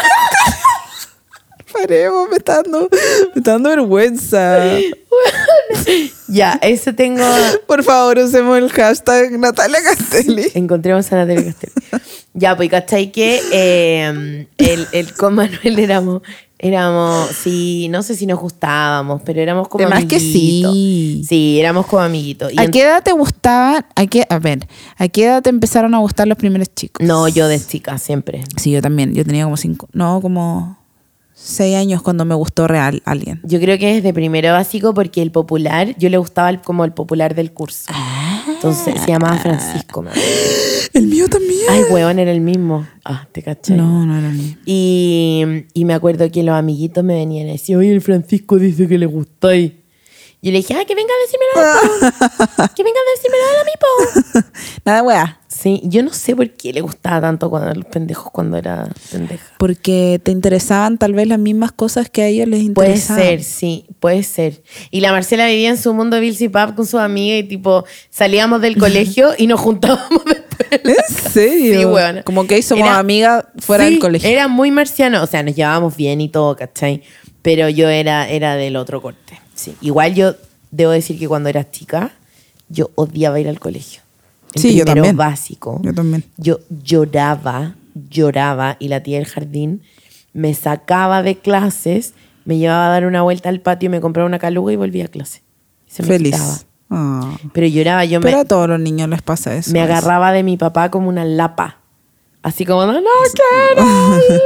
Paremos, me está dando, me está dando vergüenza. Ya, eso tengo... Por favor, usemos el hashtag Natalia Castelli. Encontremos a Natalia Castelli. Ya, pues, ¿cachai? Que eh, el, el con Manuel éramos, éramos, sí, no sé si nos gustábamos, pero éramos como De más que amiguitos. sí. Sí, éramos como amiguitos. Y ¿A en- qué edad te gustaban? ¿A, qué, a ver, ¿a qué edad te empezaron a gustar los primeros chicos? No, yo de chica, siempre. Sí, yo también. Yo tenía como cinco, no, como seis años cuando me gustó real alguien. Yo creo que desde primero básico porque el popular, yo le gustaba el- como el popular del curso. Entonces se llamaba Francisco. me acuerdo. El mío también. Ay, weón, era el mismo. Ah, te caché. No, no era el mío. Y, y me acuerdo que los amiguitos me venían y decían, oye, el Francisco dice que le gustáis. Yo le dije, ah, que venga a decírmelo a mí, po. Que venga a decírmelo a mí, po. Nada, weá. Sí, yo no sé por qué le gustaba tanto cuando, a los pendejos cuando era pendeja. Porque te interesaban tal vez las mismas cosas que a ellos les Puede interesaban. ser, sí, puede ser. Y la Marcela vivía en su mundo de Bills y Pap con sus amigas y tipo, salíamos del colegio y nos juntábamos después. en la ¿En serio? Sí, weona. Como que ahí somos Era- amigas fuera Sí, del colegio. Era muy marciano, o sea, nos llevábamos bien y todo, ¿cachai? Pero yo era, era del otro corte. Sí. Igual yo debo decir que cuando era chica, yo odiaba ir al colegio. En Sí, yo primero también. básico. Yo también. Yo lloraba, lloraba y la tía del jardín me sacaba de clases, me llevaba a dar una vuelta al patio, me compraba una caluga y volvía a clase. Y se me Feliz. quitaba. Ah. Pero lloraba, yo Pero me, a todos los niños les pasa eso. me agarraba de mi papá como una lapa. Así como, no, no quiero ir".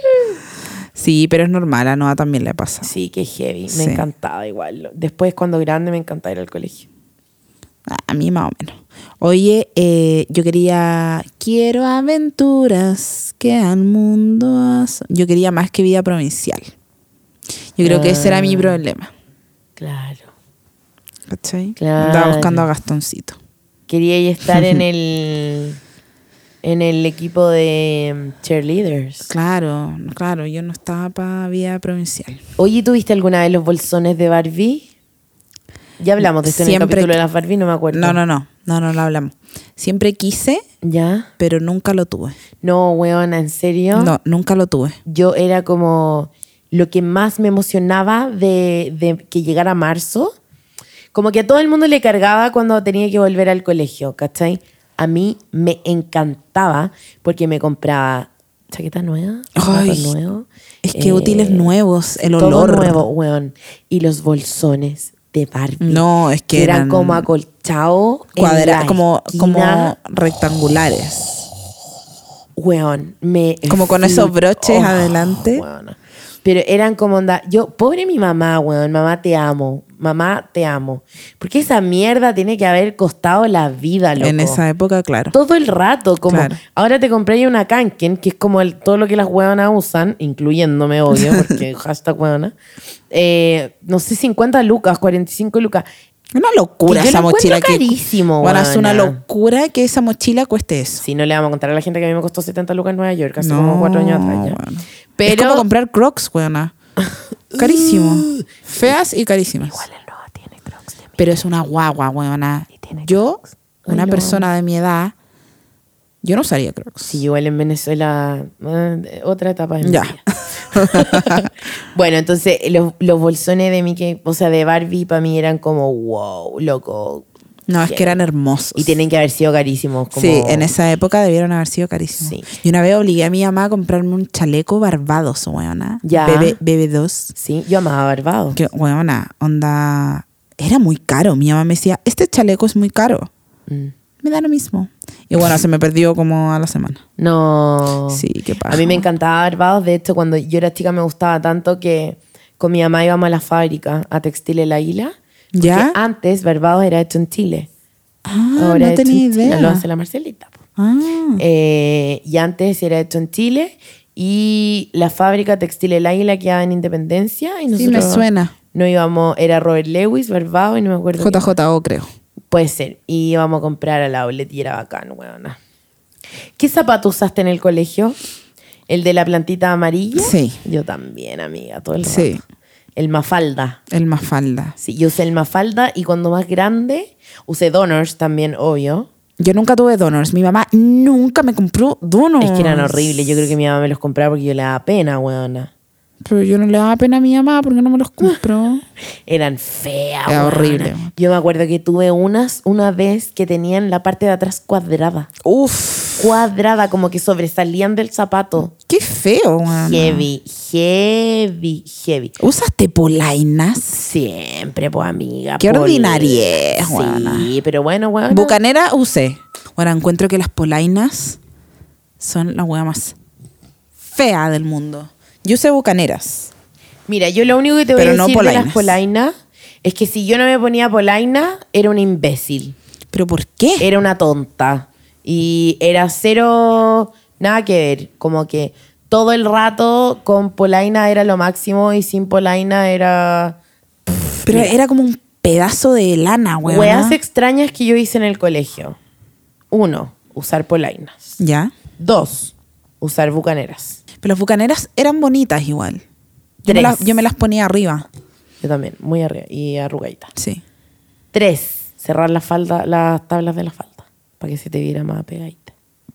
Sí, pero es normal, a Noah también le pasa. Sí, qué heavy. Me Sí. encantaba igual. Después, cuando grande, me encantaba ir al colegio. A mí más o menos. Oye, eh, yo quería... Quiero aventuras que al mundo... as-". Yo quería más que vida provincial. Yo creo que ese era mi Ah. problema. Claro. ¿Cachai? Claro. Andaba buscando a Gastoncito. Quería ir estar en el en el equipo de um, cheerleaders. Claro, claro. Yo no estaba para vida provincial. Oye, ¿tuviste alguna vez los bolsones de Barbie? Ya hablamos de esto en el Siempre- capítulo de las Barbie, no me acuerdo. No, no, no. No, no lo hablamos. Siempre quise, ¿Ya? pero nunca lo tuve. No, weona, ¿en serio? No, nunca lo tuve. Yo era como lo que más me emocionaba de, de que llegara marzo. Como que a todo el mundo le cargaba cuando tenía que volver al colegio, ¿cachai? A mí me encantaba porque me compraba chaqueta nueva, Ay, zapatos nuevos. Es que eh, útiles nuevos, el todo olor. nuevo, weón. Y los bolsones de Barbie. No, es que eran, eran como acolchados. en Cuadra, la como, como esquina. rectangulares. Weón, me... Como con esos broches adelante. weona. Pero eran como onda... Yo, pobre mi mamá, weón. Mamá, te amo. Mamá, te amo. Porque esa mierda tiene que haber costado la vida, loco. En esa época, claro. Todo el rato. Como, Claro. ahora te compré una Kanken, que es como el, todo lo que las hueonas usan, incluyéndome, obvio, porque hashtag hueona. Eh, no sé, cincuenta lucas, cuarenta y cinco lucas. Una locura Que yo esa lo encuentro mochila. Que, carísimo, bueno, es una weona. locura que esa mochila cueste eso. Si no le vamos a contar a la gente que a mí me costó setenta lucas en Nueva York, hace No, como cuatro años atrás ya. bueno. Pero... Es como comprar Crocs, weona. Carísimo. Feas y carísimas. Igual el nuevo tiene Crocs de mí. Pero es una guagua, weona. Y tiene Yo, Crocs. una Ay, no. persona de mi edad, yo no usaría Crocs. Sí, igual en Venezuela, eh, otra etapa de mi Ya. vida. Bueno, entonces los, los bolsones de Mickey, o sea, de Barbie, para mí eran como, wow, loco. No, es que eran hermosos. Y tienen que haber sido carísimos. Como... Sí, en esa época debieron haber sido carísimos. Sí. Y una vez obligué a mi mamá a comprarme un chaleco Barbados, weona. Ya. B B dos. Sí, yo amaba Barbados. Que, weona, onda... Era muy caro. Mi mamá me decía, este chaleco es muy caro. Mm. Me da lo mismo. Y bueno, se me perdió como a la semana. No. Sí, qué pasa. A mí me encantaba Barbados. De hecho, cuando yo era chica me gustaba tanto que con mi mamá íbamos a la fábrica, a Textiles El Águila. Porque ¿Ya? antes Barbados era hecho en Chile. Ah, Ahora no es hecho tenía en Chile, idea. lo hace la Marcelita. Po. Ah. Eh, y antes era hecho en Chile. Y la fábrica Textil El Águila quedaba en Independencia. Y Sí, nosotros me suena. No íbamos, era Robert Lewis, Barbados, y no me acuerdo. J J O, creo. Puede ser. Y íbamos a comprar a la outlet y era bacán, weona. ¿Qué zapato usaste en el colegio? ¿El de la plantita amarilla? Sí. Yo también, amiga, todo el rato. Sí. El Mafalda. El Mafalda. Sí, yo usé el Mafalda y cuando más grande usé Donors también, obvio. Yo nunca tuve Donors. Mi mamá nunca me compró Donors. Es que eran horribles. Yo creo que mi mamá me los compraba porque yo le daba pena, weona. Pero yo no le daba pena a mi mamá porque no me los compró. Eran feas, Era weona. horrible. Yo me acuerdo que tuve unas una vez que tenían la parte de atrás cuadrada. Uf. Cuadrada, como que sobresalían del zapato. Qué feo, weón. Heavy, heavy, heavy. ¿Usaste polainas? Siempre, pues, amiga. Qué pol- ordinariez, Sí, weona. pero bueno, weona. Bucanera usé. Ahora encuentro que las polainas son la wea más fea del mundo. Yo usé bucaneras. Mira, yo lo único que te voy Pero a no decir de polainas. las polainas es que si yo no me ponía polaina, era una imbécil. ¿Pero por qué? Era una tonta. Y era cero, nada que ver. Como que todo el rato con polaina era lo máximo y sin polaina era... Pero era como un pedazo de lana, weón. Weas extrañas que yo hice en el colegio. Uno, usar polainas. Ya. Dos, usar bucaneras. Pero las bucaneras eran bonitas igual. Yo me, Tres. las, yo me las ponía arriba. Yo también, muy arriba y arrugadita. Sí. Tres, cerrar la falda, las tablas de la falda para que se te viera más pegadita.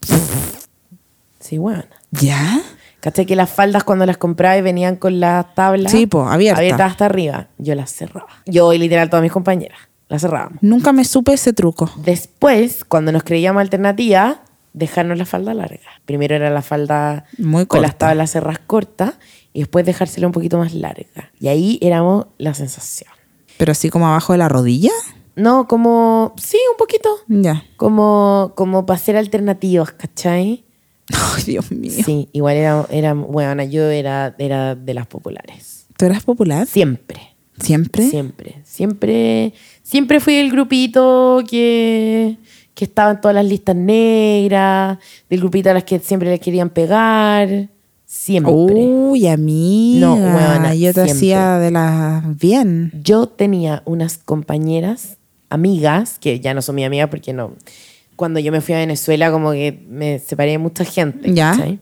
Sí, bueno. ¿Ya? ¿Cachai que las faldas cuando las compraba y venían con las tablas? Sí, po, abierta. Abiertas hasta arriba. Yo las cerraba. Yo y literal todas mis compañeras las cerrábamos. Nunca me supe ese truco. Después, cuando nos creíamos alternativa, dejarnos la falda larga. Primero era la falda Muy con corta. las tablas cerradas cortas y después dejársela un poquito más larga. Y ahí éramos la sensación. Pero así como abajo de la rodilla. No, como... Sí, un poquito. Ya. Como, como para ser alternativas, ¿cachai? Ay, Dios mío. Sí, igual era, era bueno, yo era, era de las populares. ¿Tú eras popular? Siempre. ¿Siempre? Siempre. Siempre, siempre fui el grupito que, que estaba en todas las listas negras, del grupito a las que siempre le querían pegar. Siempre. Uy, amiga. No, huevona, yo te siempre. hacía de las bien. Yo tenía unas compañeras, amigas, que ya no son mi amiga porque no. Cuando yo me fui a Venezuela, como que me separé de mucha gente. Ya. ¿cachai?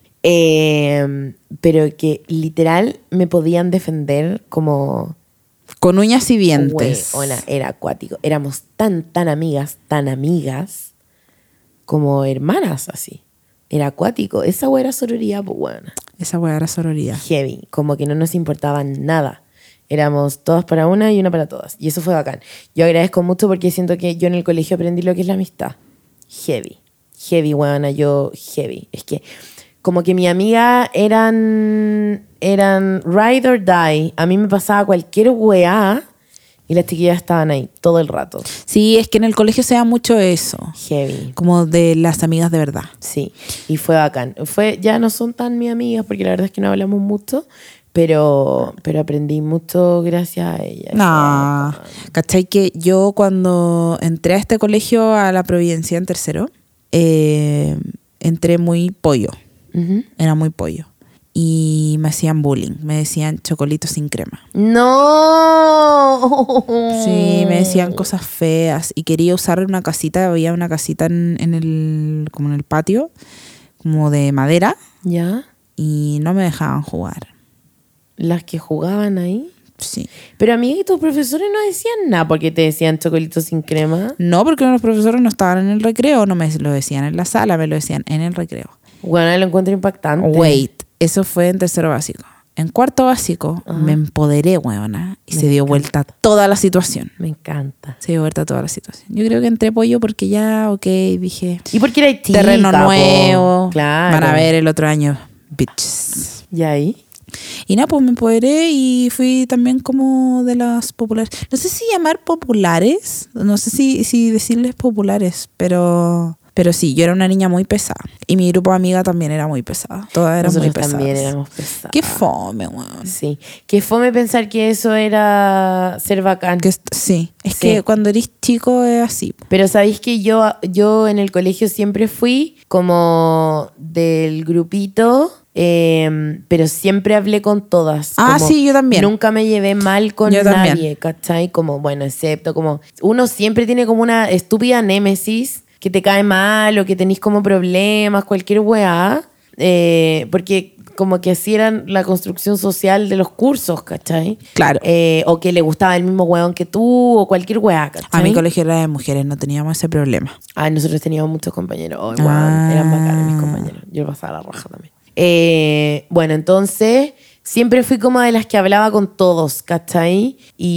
Eh, pero que literal me podían defender como. Con uñas y dientes. Hueona, era acuático. Éramos tan, tan amigas, tan amigas, como hermanas así. Era acuático. Esa hueá era sororidad, pues bueno. Esa weá era sororidad. Heavy. Como que no nos importaba nada. Éramos todas para una y una para todas. Y eso fue bacán. Yo agradezco mucho porque siento que yo en el colegio aprendí lo que es la amistad. Heavy. Heavy, huevona. Yo, heavy. Es que como que mi amiga eran, eran ride or die. A mí me pasaba cualquier weá y las chiquillas estaban ahí todo el rato. Sí, es que en el colegio se da mucho eso. Heavy. Como de las amigas de verdad. Sí, y fue bacán. Fue, ya no son tan mis amigas porque la verdad es que no hablamos mucho, pero, pero aprendí mucho gracias a ellas. No, ¿cachai? Que yo cuando entré a este colegio, a la Providencia en tercero, eh, entré muy pollo. Ujú. Era muy pollo. Y me hacían bullying. Me decían chocolito sin crema. ¡No! Sí, me decían cosas feas. Y quería usar una casita. Había una casita en, en el, como en el patio, como de madera. ¿Ya? Y no me dejaban jugar. Las que jugaban ahí. Sí. Pero a mí y tus profesores no decían nada porque te decían chocolito sin crema. No, porque los profesores no estaban en el recreo. No me lo decían en la sala, me lo decían en el recreo. Bueno, lo encuentro impactante. Wait. Eso fue en tercero básico. En cuarto básico Ajá. me empoderé, weona, y Me se dio encanta. vuelta toda la situación. Me encanta. Se dio vuelta toda la situación. Yo creo que entré pollo porque ya, ok, dije, ¿Y por qué era chica, terreno po? nuevo, Claro. van a ver el otro año, bitches. ¿Y ahí? Y nada, pues me empoderé y fui también como de las populares. No sé si llamar populares, no sé si, si decirles populares, pero... Pero sí, yo era una niña muy pesada. Y mi grupo de amigas también era muy pesada. Todas eran Nosotros muy pesadas. también éramos pesadas. Qué fome, weón. Sí. Qué fome pensar que eso era ser bacán. Que est- sí, es Sí. que cuando eres chico es así. Pero sabéis que yo, yo en el colegio siempre fui como del grupito, eh, pero siempre hablé con todas. Ah, Como sí, yo también. Nunca me llevé mal con Yo también. nadie, ¿cachai? Como, bueno, excepto como... Uno siempre tiene como una estúpida némesis que te cae mal o que tenés como problemas, cualquier weá. eh, porque como que así era la construcción social de los cursos, ¿cachai? Claro. Eh, o que le gustaba el mismo weón que tú o cualquier weá, ¿cachai? A mi colegio era de mujeres, no teníamos ese problema. Ay, nosotros teníamos muchos compañeros. Oh, weón, Ah. eran bacanes mis compañeros. Yo pasaba la raja también. Eh, bueno, entonces siempre fui como de las que hablaba con todos, ¿cachai?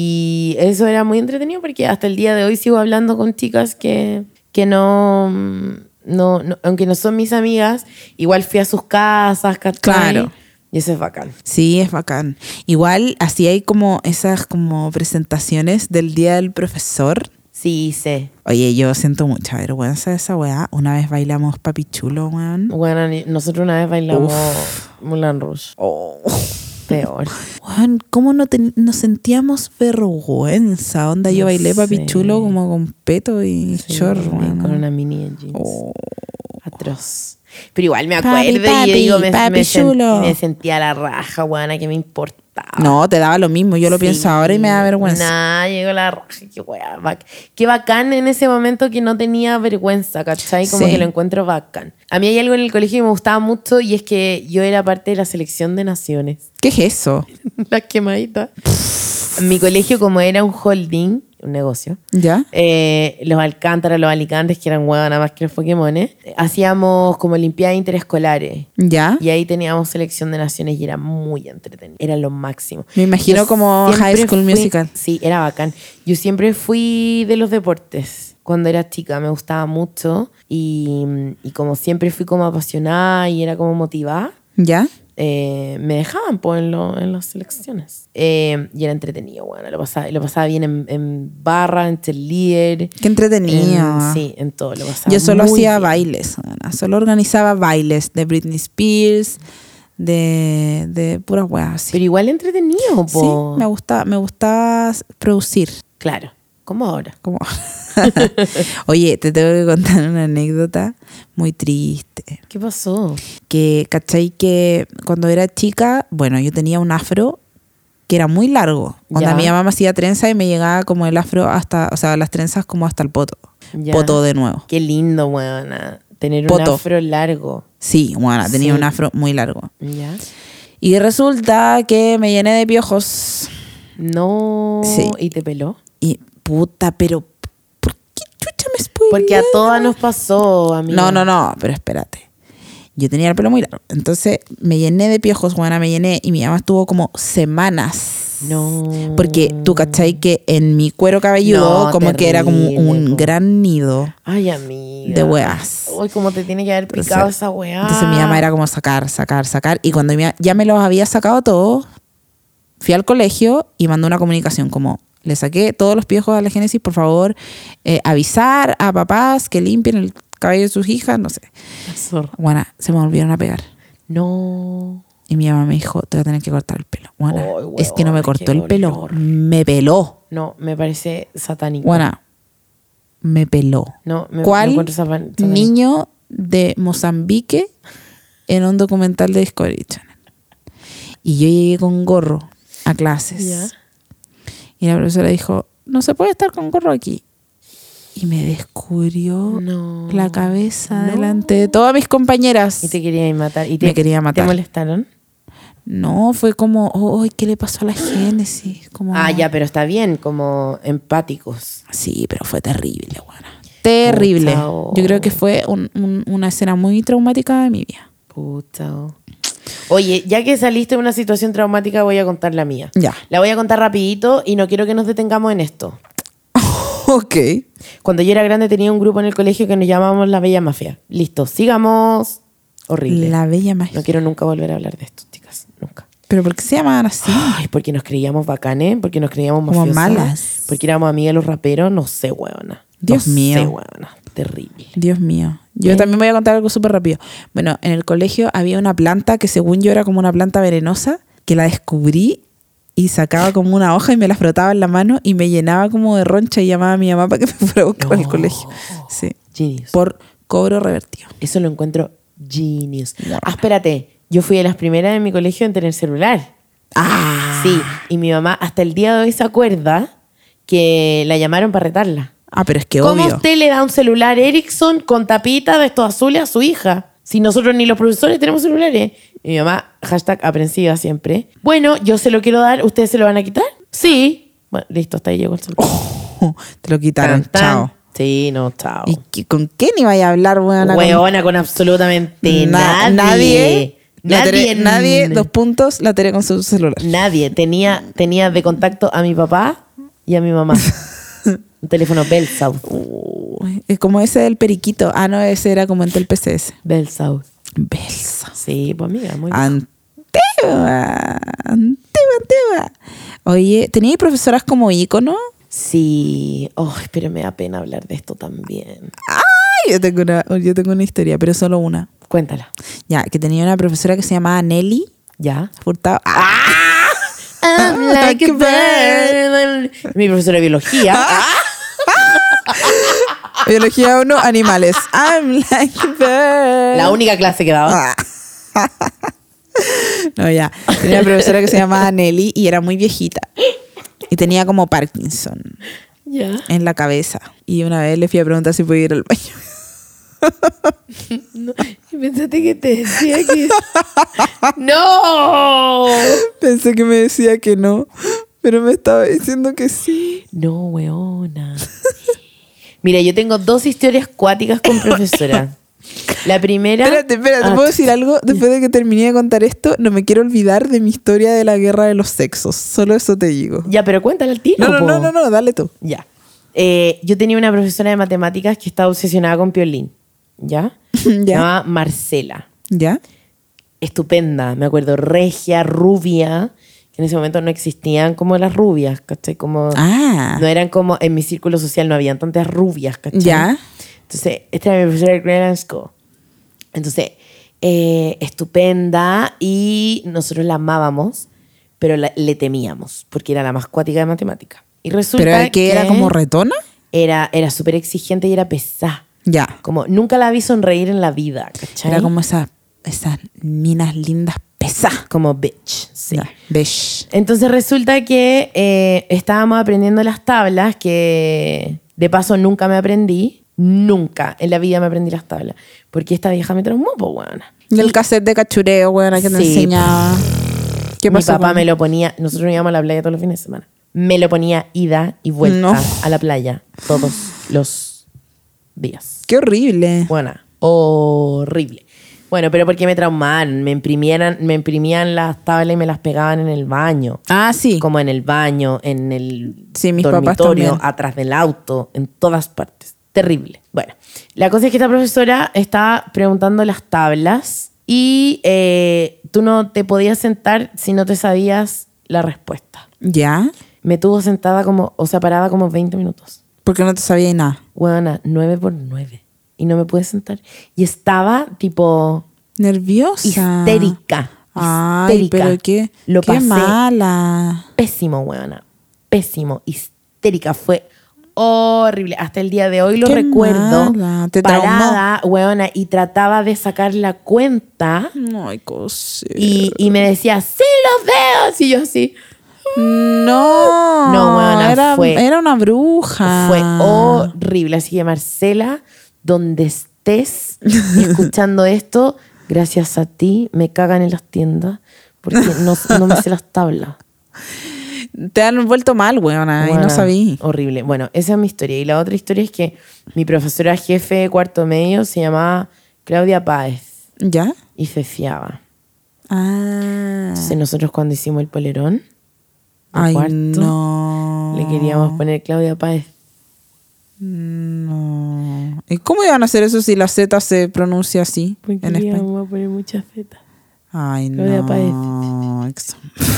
Y eso era muy entretenido porque hasta el día de hoy sigo hablando con chicas que, que no, no, no- aunque no son mis amigas, igual fui a sus casas, ¿cachai? Claro. Y eso es bacán. Sí, es bacán. Igual, así hay como esas como presentaciones del día del profesor. Sí, sé. Oye, yo siento mucha vergüenza de esa weá. Una vez bailamos Papi Chulo, weón. Bueno, ni- nosotros una vez bailamos Moulin Rouge. Oh. Peor. Weón, ¿cómo no ten- nos sentíamos vergüenza? Onda, yo No bailé Papi sé. Chulo como con peto y Sí, chorro, weón. con una mini en jeans. Oh. Atroz. Pero igual me Papi, acuerdo papi, y digo, me, papi me, sen- chulo. me sentía la raja, guana, que me importaba. No, te daba lo mismo. Yo lo Sí. pienso ahora y me da vergüenza. Nah, llegó la raja, qué wea. bac- Qué bacán en ese momento que no tenía vergüenza, ¿cachai? Como Sí. que lo encuentro bacán. A mí hay algo en el colegio que me gustaba mucho y es que yo era parte de la selección de naciones. ¿Qué es eso? Las quemaditas. En mi colegio, como era un holding, un negocio, ¿Ya? eh, los Alcántaras, los Alicantes, que eran huevos nada más que los Pokémones, eh, hacíamos como limpiadas interescolares. ¿Ya? Y ahí teníamos selección de naciones y era muy entretenido. Era lo máximo. Me imagino Yo como siempre High School fui- Musical. Sí, era bacán. Yo siempre fui de los deportes. Cuando era chica me gustaba mucho y, y como siempre fui como apasionada y era como motivada, ¿Ya? eh, me dejaban pues, en, lo- en las selecciones. Eh, y era entretenido, bueno, lo pasaba, lo pasaba bien en, en barra, en cheerleader. Qué entretenido. En- sí, en todo, lo pasaba Yo solo muy hacía bien. bailes, Ana. Solo organizaba bailes de Britney Spears, de, de puras weas así. Pero igual entretenido, Sí, po. me gusta, me gusta producir. Claro, como ahora. Como... Oye, te tengo que contar una anécdota muy triste. ¿Qué pasó? Que, ¿cachai? Que cuando era chica, bueno, yo tenía un afro que era muy largo. Cuando Ya. mi mamá me hacía trenza y me llegaba como el afro hasta, o sea, las trenzas como hasta el poto. Ya. Poto de nuevo. Qué lindo, weona. Tener un Poto. afro largo. Sí, bueno, tenía Sí. un afro muy largo. ¿Ya? Y resulta que me llené de piojos. No. Sí. ¿Y te peló? Y puta, pero ¿por qué chucha me spoileé? Porque a todas nos pasó, amiga. No, no, no, pero espérate. Yo tenía el pelo muy largo. Entonces me llené de piojos, Juana, me llené. Y mi mamá estuvo como semanas. No. Porque tú, ¿cachai? Que en mi cuero cabelludo No, como que era como terrible, un po. gran nido Ay, amiga. de weas. Uy, cómo te tiene que haber Entonces- picado esa weá. Entonces mi mamá era como sacar, sacar, sacar. Y cuando mi- ya me los había sacado todos, fui al colegio y mandó una comunicación como, le saqué todos los piojos a la Génesis, por favor, eh, avisar a papás que limpien el cabello de sus hijas, no sé. La zorra. Bueno, se me volvieron a pegar. No. Y mi mamá me dijo, te voy a tener que cortar el pelo. Bueno, Ay, es que no me huevona, cortó qué el pelo, dolor. me peló. No, me parece satánico. Bueno, me peló. No, me, me ¿Cuál encuentro sapa- satánico. niño de Mozambique en un documental de Discovery Channel? Y yo llegué con gorro a clases. Ya. Y la profesora dijo, no se puede estar con gorro aquí. Y me descubrió No. la cabeza No. delante de todas mis compañeras. Y te querían matar. ¿Y te, Me quería matar. ¿Te molestaron? No, fue como, oh, ¿qué le pasó a la Génesis? Como, Ah, ya, pero está bien, como empáticos. Sí, pero fue terrible, buena. Terrible. Pucha, oh. Yo creo que fue un- un- una escena muy traumática de mi vida. Puta. oh. Oye, ya que saliste de una situación traumática, voy a contar la mía. Ya. La voy a contar rapidito y no quiero que nos detengamos en esto. Ok. Cuando yo era grande tenía un grupo en el colegio que nos llamábamos La Bella Mafia. Listo, sigamos. Horrible. La Bella Magia. No quiero nunca volver a hablar de esto, chicas. Nunca. ¿Pero por qué se llamaban así? Ay, porque nos creíamos bacanes, porque nos creíamos Como mafiosas. malas. Porque éramos amigas de los raperos, no sé, huevona. Dios no mío. sé, huevona. Terrible. Dios mío. Yo ¿Eh? también voy a contar algo súper rápido. Bueno, en el colegio había una planta que según yo era como una planta venenosa, que la descubrí y sacaba como una hoja y me la frotaba en la mano y me llenaba como de roncha y llamaba a mi mamá para que me fuera a buscar No. al colegio. Sí. Genius. Por cobro revertido. Eso lo encuentro genius. No. Ah, espérate. Yo fui de las primeras en mi colegio en tener celular. Ah. Sí. Y mi mamá hasta el día de hoy se acuerda que la llamaron para retarla. Ah, pero es que ¿Cómo obvio. usted le da un celular Ericsson con tapita de estos azules a su hija? Si nosotros ni los profesores tenemos celulares. Y mi mamá, hashtag aprensiva siempre. Bueno, yo se lo quiero dar, ¿ustedes se lo van a quitar? Sí. Bueno, listo, hasta ahí llegó el celular. Oh, te lo quitaron. Tan, tan. Chao. Sí, no, chao. ¿Y qué- con quién iba a hablar, weona? Con- Hueona con absolutamente Na- nadie. La Nadie. Tere- nadie, dos puntos, la Tere con su celular. Nadie. Tenía, tenía de contacto a mi papá y a mi mamá. Un teléfono Bell South. Uy, es como ese del periquito. Ah, no, ese era como en el P C S. Bell South. Belsa. Sí, pues amiga, muy bien. Antigua. Antigua, antigua. Oye, ¿teníais profesoras como ícono? Sí. Oh, pero me da pena hablar de esto también. Ay, yo tengo una, yo tengo una historia, pero solo una. Cuéntala. Ya, que tenía una profesora que se llamaba Nelly ¿Ya? Furtado. ¡Ah! I'm like a bird. Mi profesora de biología. Biología uno, animales. I'm like a bird. La única clase que daba. No, ya. Tenía una profesora que se llamaba Nelly y era muy viejita. Y tenía como Parkinson Ya. en la cabeza. Y una vez le fui a preguntar si podía ir al baño. No, y pensaste que te decía que... ¡No! Pensé que me decía que no, pero me estaba diciendo que sí. No, weona. Mira, yo tengo dos historias cuáticas con profesora. La primera... Espérate, espérate, Ah, ¿puedo decir algo? Después de que terminé de contar esto, no me quiero olvidar de mi historia de la guerra de los sexos. Solo eso te digo. Ya, pero cuéntale al tiro, No, no, po. no, no, no, dale tú. Ya. Eh, yo tenía una profesora de matemáticas que estaba obsesionada con Piolín. ¿Ya? Se Ya. llamaba Marcela. ¿Ya? Estupenda, me acuerdo, regia, rubia. Que en ese momento no existían como las rubias, ¿cachai? Como, Ah. no eran como, en mi círculo social no habían tantas rubias, ¿cachai? Ya. Entonces, esta era mi profesora de Grade School. Entonces, eh, estupenda y nosotros la amábamos, pero la- le temíamos porque era la más cuática de matemática. Y resulta ¿Pero que era como retona? Era, era súper exigente y era pesada. Ya. Como nunca la vi sonreír en la vida, ¿cachai? Era como esa, esas minas lindas pesadas. Como bitch, sí. Ya. Besh. Entonces resulta que eh, estábamos aprendiendo las tablas que de paso nunca me aprendí. Nunca en la vida me aprendí las tablas. Porque esta vieja me traumó, pues, buena. Y el cassette de cachureo, weón, que te Sí. enseñaba. ¿Qué Mi pasó? papá con- me lo ponía, nosotros íbamos a la playa todos los fines de semana. Me lo ponía ida y vuelta No. a la playa todos los días. Qué horrible. Buena, horrible. Bueno, pero porque me traumaron, me imprimieran, me imprimían las tablas y me las pegaban en el baño. Ah, sí. Como en el baño, en el Sí, mis papás dormitorio, también. atrás del auto, en todas partes. Terrible. Bueno, la cosa es que esta profesora estaba preguntando las tablas y eh, tú no te podías sentar si no te sabías la respuesta. ¿Ya? Me tuvo sentada como, o sea, parada como veinte minutos. Porque no te sabía nada. Buena, nueve por nueve. Y no me pude sentar. Y estaba tipo Nerviosa. histérica. Ay, histérica. pero qué, Lo qué pasé mala. pésimo, weona. Pésimo. Histérica. Fue horrible. Hasta el día de hoy lo Qué recuerdo. mala. Te traumó. parada, weona, y trataba de sacar la cuenta. Ay, cosita. Y, y me decía, sí, los dedos. Y yo así. No. No, weona, era, fue- era una bruja. Fue horrible. Así que, Marcela, donde estés escuchando esto, gracias a ti me cagan en las tiendas porque no, no me sé las tablas. Te han vuelto mal, weona, y Bueno, no sabí. Horrible. Bueno, esa es mi historia. Y la otra historia es que mi profesora jefe de cuarto medio se llamaba Claudia Páez ¿Ya? y se fiaba. Ah. Entonces nosotros cuando hicimos el polerón, el Ay, cuarto, no. le queríamos poner Claudia Páez. No. ¿Y cómo iban a hacer eso si la Z se pronuncia así Porque en le español? íbamos a poner muchas zetas. Ay, Claudia no. Ex-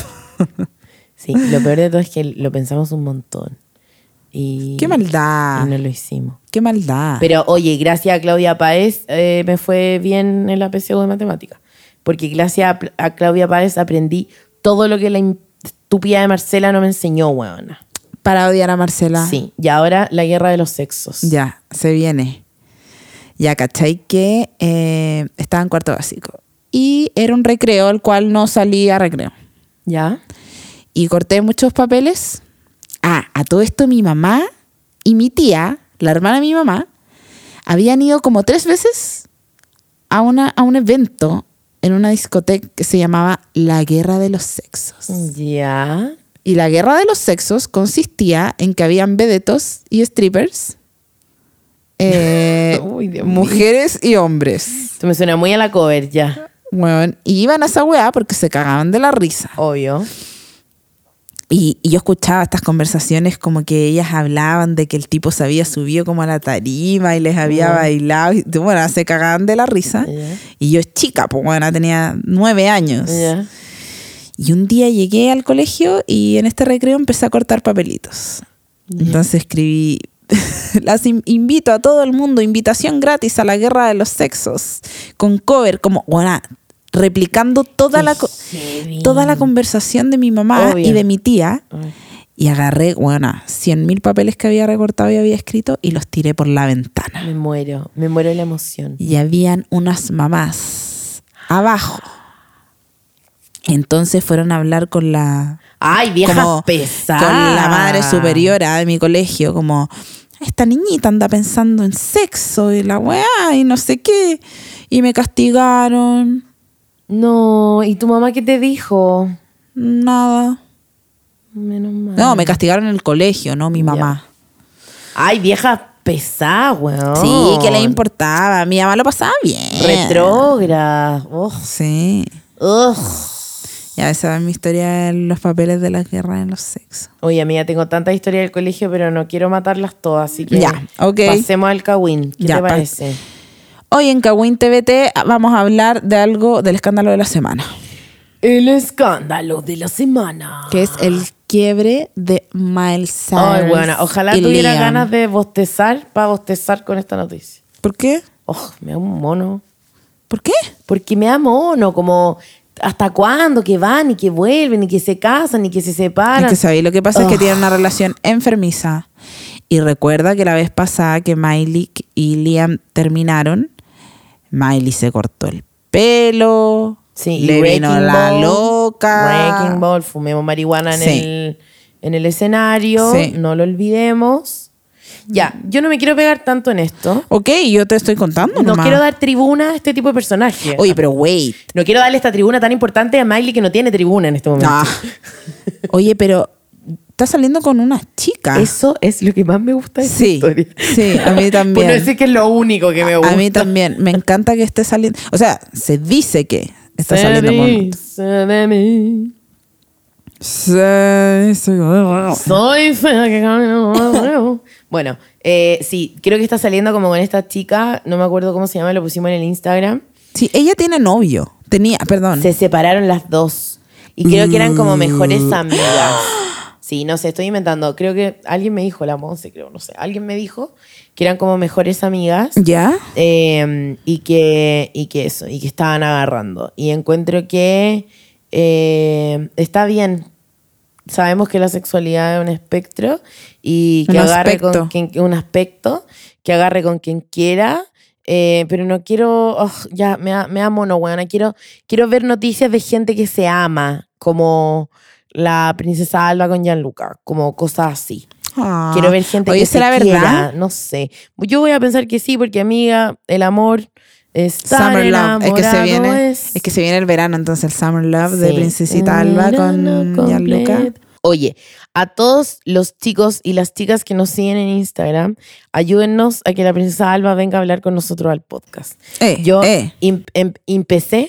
Sí, lo peor de todo es que lo pensamos un montón. Y, Qué maldad. Y no lo hicimos. Qué maldad. Pero oye, gracias a Claudia Páez eh, me fue bien en la P S U de matemáticas. Porque gracias a, a Claudia Páez aprendí todo lo que la estúpida de Marcela no me enseñó, weona. Para odiar a Marcela. Sí, y ahora la guerra de los sexos. Ya, se viene. Ya, ¿cachai? Que eh, estaba en cuarto básico. Y era un recreo, el cual no salía a recreo. ¿Ya? Y corté muchos papeles. Ah, a todo esto mi mamá y mi tía, la hermana de mi mamá, habían ido como tres veces a, una, a un evento en una discoteca que se llamaba La Guerra de los Sexos. Ya. Y la Guerra de los Sexos consistía en que habían vedetos y strippers, eh, Uy, Dios mío. mujeres y hombres. Esto me suena muy a la cover, ya. Bueno, y iban a esa weá porque se cagaban de la risa. Obvio. Y, y yo escuchaba estas conversaciones como que ellas hablaban de que el tipo se había subido como a la tarima y les había Mm. bailado. Y, bueno, se cagaban de la risa. Ya. Y yo chica, pues bueno, tenía nueve años. Ya. Y un día llegué al colegio y en este recreo empecé a cortar papelitos. Ya. Entonces escribí, las in- invito a todo el mundo, invitación gratis a la Guerra de los Sexos, con cover, como, bueno, replicando toda la, co- Heavy. toda la conversación de mi mamá Obvio. y de mi tía. Ay. Y agarré, bueno, cien mil papeles que había recortado y había escrito y los tiré por la ventana. Me muero. Me muero de la emoción. Y habían unas mamás abajo. Entonces fueron a hablar con la... Ay, vieja como pesada. con la madre superiora de mi colegio, como esta niñita anda pensando en sexo y la weá y no sé qué. Y me castigaron. No, ¿y tu mamá qué te dijo? Nada. Menos mal. No, me castigaron en el colegio, no mi mamá. Ay, vieja pesada, weón. Sí, ¿qué le importaba? Mi mamá lo pasaba bien. Retrógrada. Ugh. Sí. Ugh. Ya esa es mi historia de los papeles de la guerra en los sexos. Oye, amiga, tengo tanta historia del colegio, pero no quiero matarlas todas, así que Ya, ok. pasemos al Kawin. ¿Qué Ya, te pa- parece? Hoy en Kawin T V T vamos a hablar de algo del escándalo de la semana, El escándalo de la semana. que es el quiebre de Miles Cyrus. Ay, bueno, ojalá y tuviera Liam. ganas de bostezar para bostezar con esta noticia. ¿Por qué? Oh, me da un mono. ¿Por qué? Porque me da mono, como hasta cuándo, que van y que vuelven y que se casan y que se separan. Es que sabéis, lo que pasa es que Ugh. tienen una relación enfermiza. Y recuerda que la vez pasada que Miley y Liam terminaron, Miley se cortó el pelo, Sí, le y vino Wrecking la Ball, loca. Wrecking Ball, fumemos marihuana en, Sí. el, en el escenario, Sí. no lo olvidemos. Ya, yo no me quiero pegar tanto en esto. Ok, yo te estoy contando No nomás. quiero dar tribuna a este tipo de personaje. Oye, pero wait. No quiero darle esta tribuna tan importante a Miley que no tiene tribuna en este momento. Ah. Oye, pero está saliendo con una chica. Eso es lo que más me gusta de esta Sí, historia. sí, a mí también. Por no decir que es lo único que me gusta. A mí también. Me encanta que esté saliendo. O sea, se dice que está Se saliendo con. dice de mí. Se dice- Soy fea que camino. Bueno, eh, sí, creo que está saliendo como con esta chica, no me acuerdo cómo se llama, lo pusimos en el Instagram. Sí, ella tiene novio. Tenía, perdón. Se separaron las dos y creo que eran como mejores amigas. Sí, no sé, estoy inventando. Creo que alguien me dijo, la Monse, creo, no sé. Alguien me dijo que eran como mejores amigas. ¿Ya? Eh, y, que, y que eso, y que estaban agarrando. Y encuentro que eh, está bien. Sabemos que la sexualidad es un espectro y que Un agarre aspecto. con quien, un aspecto, que agarre con quien quiera. Eh, pero no quiero, oh, ya, me da, me da mono, weona. Quiero, quiero ver noticias de gente que se ama, como la princesa Alba con Gianluca, como cosas así. Ah. Quiero ver gente Oye, que se ¿será quiera, verdad? no sé. Yo voy a pensar que sí, porque amiga, el amor está Summer Love. Es que se viene, es, es que se viene el verano, entonces el Summer Love de Sí. Princesita El Alba verano con Gianluca. completo. Oye, a todos los chicos y las chicas que nos siguen en Instagram, ayúdennos a que la princesa Alba venga a hablar con nosotros al podcast. Eh, Yo eh. em- em- empecé,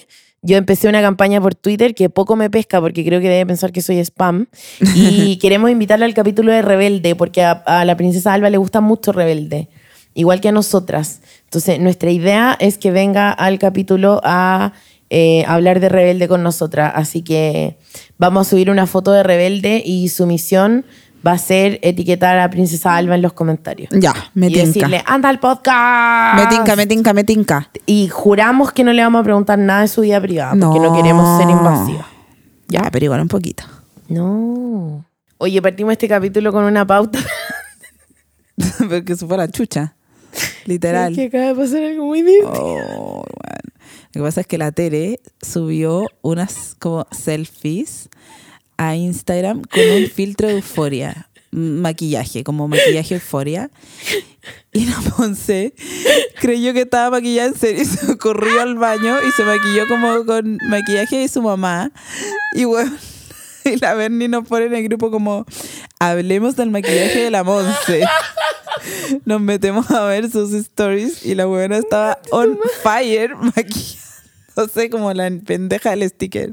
yo empecé una campaña por Twitter que poco me pesca porque creo que debe pensar que soy spam. Y queremos invitarla al capítulo de Rebelde porque a, a la princesa Alba le gusta mucho Rebelde, igual que a nosotras. Entonces, nuestra idea es que venga al capítulo a eh, hablar de Rebelde con nosotras. Así que vamos a subir una foto de Rebelde y su misión va a ser etiquetar a Princesa Alba en los comentarios. Ya, me y tinca. decirle, anda al podcast. Me tinca, me tinca, me tinca. Y juramos que no le vamos a preguntar nada de su vida privada porque no, No. queremos ser invasivas. Ya, pero igual un poquito. No. Oye, partimos este capítulo con una pauta. Porque eso fue la chucha. Literal. Es que acaba de pasar algo muy divertido. Oh, bueno. Lo que pasa es que la Tere subió unas como selfies a Instagram con un filtro de euforia. Maquillaje, como maquillaje euforia. Y la Monse creyó que estaba maquillada en serio y se corrió al baño y se maquilló como con maquillaje de su mamá. Y bueno, y la Berni nos pone en el grupo como hablemos del maquillaje de la Monse. Nos metemos a ver sus stories y la buena estaba on fire maquillándose como la pendeja del sticker.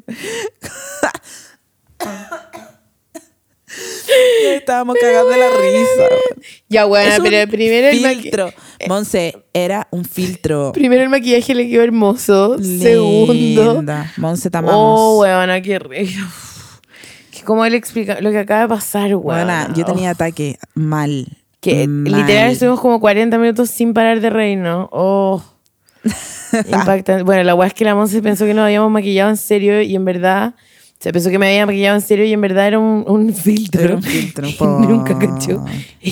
Estábamos cagando de la risa. Ya, bueno, Es un pero primero el, filtro. maqui- Monse, era un filtro. primero el maquillaje le quedó hermoso. Segundo. Linda. Monse, te amamos. Oh, weona, qué re. Que como él explica lo que acaba de pasar, weona. Buena, yo tenía ataque mal. Que mal. literal estuvimos como cuarenta minutos sin parar de reír, ¿no? Oh. Impactante. Bueno, la weá es que la Monse pensó que nos habíamos maquillado en serio y en verdad... Se pensó que me había maquillado en serio y en verdad era un, un filtro. Era un filtro, Y po. nunca cachó.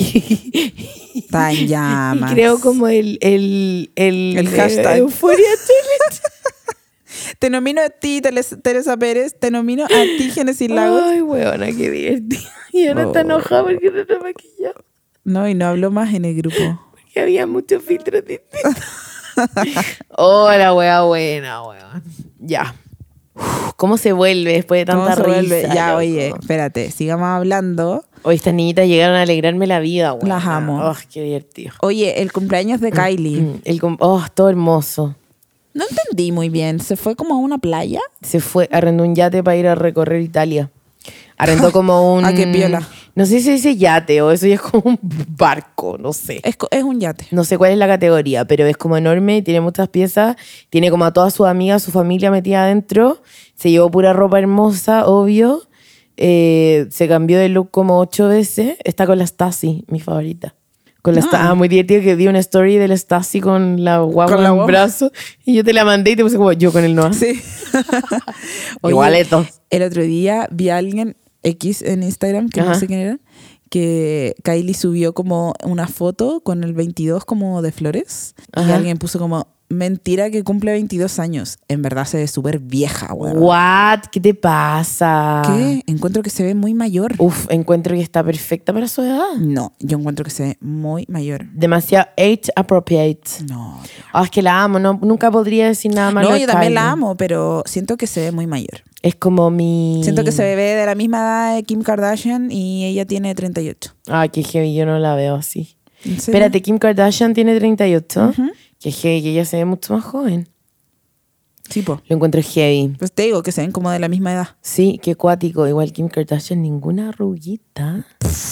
Está en llamas. Y creo como el... El, el, El hashtag. eh, Euphoria Challenge. Te nomino a ti, Teles- Teresa Pérez. Te nomino a ti, Genesis Lagos. Ay, weona, qué divertido. Y ahora está Oh. enojada porque no está maquillado. No, y no habló más en el grupo. Porque había muchos filtros distintos. Hola, wea buena, weón. Ya. Uf, ¿cómo se vuelve después de ¿Cómo tanta se risa? vuelve? Ya, loco? oye, espérate, sigamos hablando. Hoy estas niñitas llegaron a alegrarme la vida, weón. Las amo. Oh, qué divertido. Oye, el cumpleaños de Kylie. Mm, El, com- oh, todo hermoso. No entendí muy bien. ¿Se fue como a una playa? Se fue, arrendó un yate para ir a recorrer Italia. Arrendó como un... Ah, qué piola. No sé si se dice yate o eso ya es como un barco, no sé. Es, co- es un yate. No sé cuál es la categoría, pero es como enorme, tiene muchas piezas, tiene como a todas sus amigas, su familia metida adentro, se llevó pura ropa hermosa, obvio, eh, se cambió de look como ocho veces, está con la Stasi, mi favorita. Con la Ah. Sta- ah, muy divertido que vi una story de la Stasi con la guagua Con la en guagua. brazo y yo te la mandé y te puse como yo con el Noah. Sí. Oye, Igualeto. El otro día vi a alguien X en Instagram, que Ajá. no sé quién era, que Kylie subió como una foto con el veintidós como de flores. Y Ajá. alguien puso como, mentira que cumple veintidós años. En verdad se ve súper vieja, güey. What? ¿Qué te pasa? ¿Qué? Encuentro que se ve muy mayor. Uf, encuentro que está perfecta para su edad. No, yo encuentro que se ve muy mayor. Demasiado age appropriate. No, tío. Ah, es que la amo, no, nunca podría decir nada malo No, de yo también la Kylie. amo, pero siento que se ve muy mayor. Es como mi... Siento que se ve de la misma edad de Kim Kardashian y ella tiene treinta y ocho. Ah, qué heavy, yo no la veo así. ¿En serio? Espérate, Kim Kardashian tiene treinta y ocho. Ujú. Qué heavy, que ella se ve mucho más joven. Sí, po. Lo encuentro heavy. Pues te digo que se ven como de la misma edad. Sí, qué cuático. Igual Kim Kardashian, ninguna arruguita.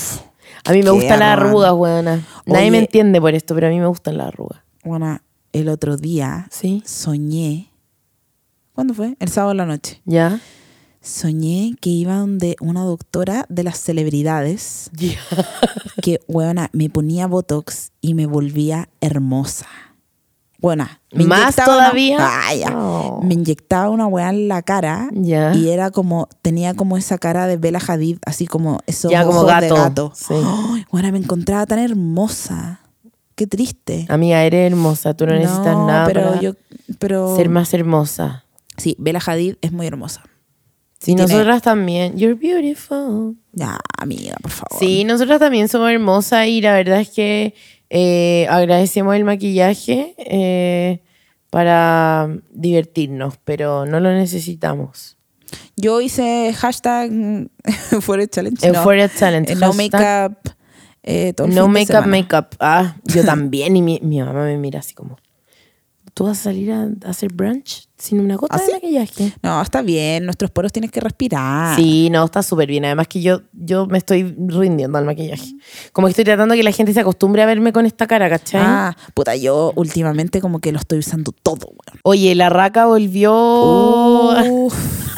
A mí me qué gustan las arrogante. arrugas, weona. Nadie Oye. me entiende por esto, pero a mí me gustan las arrugas. Bueno, el otro día ¿Sí? soñé. ¿Cuándo fue? El sábado en la noche. ¿Ya? Soñé que iba donde una doctora de las celebridades que, weona, me ponía Botox y me volvía hermosa. Buena. ¿Más todavía? Vaya. Oh. Me inyectaba una weá en la cara Ya. y era como, tenía como esa cara de Bella Hadid, así como esos Ya, como ojos gato. de gato. Sí. Ay, weona, me encontraba tan hermosa. Qué triste. Amiga, eres hermosa. Tú no, necesitas nada pero para yo, pero ser más hermosa. Sí, Bella Hadid es muy hermosa. Sí, Tiene- nosotras también. You're beautiful. Ya, amiga, por favor. Sí, nosotras también somos hermosas y la verdad es que eh, agradecemos el maquillaje eh, para divertirnos, pero no lo necesitamos. Yo hice hashtag Euphoria Challenge. Euphoria no, Challenge. Eh, no hashtag makeup. Eh, todo el No fin de makeup, semana. makeup. Ah, yo también. Y mi, mi mamá me mira así como, ¿Tú vas a salir a, a hacer brunch sin una gota ¿Ah, de sí? maquillaje? No, está bien. Nuestros poros tienes que respirar. Sí, no, está súper bien. Además que yo, yo me estoy rindiendo al maquillaje. Como que estoy tratando que la gente se acostumbre a verme con esta cara, ¿cachai? Ah, puta, yo últimamente como que lo estoy usando todo, weón. Oye, la raca volvió... Uf.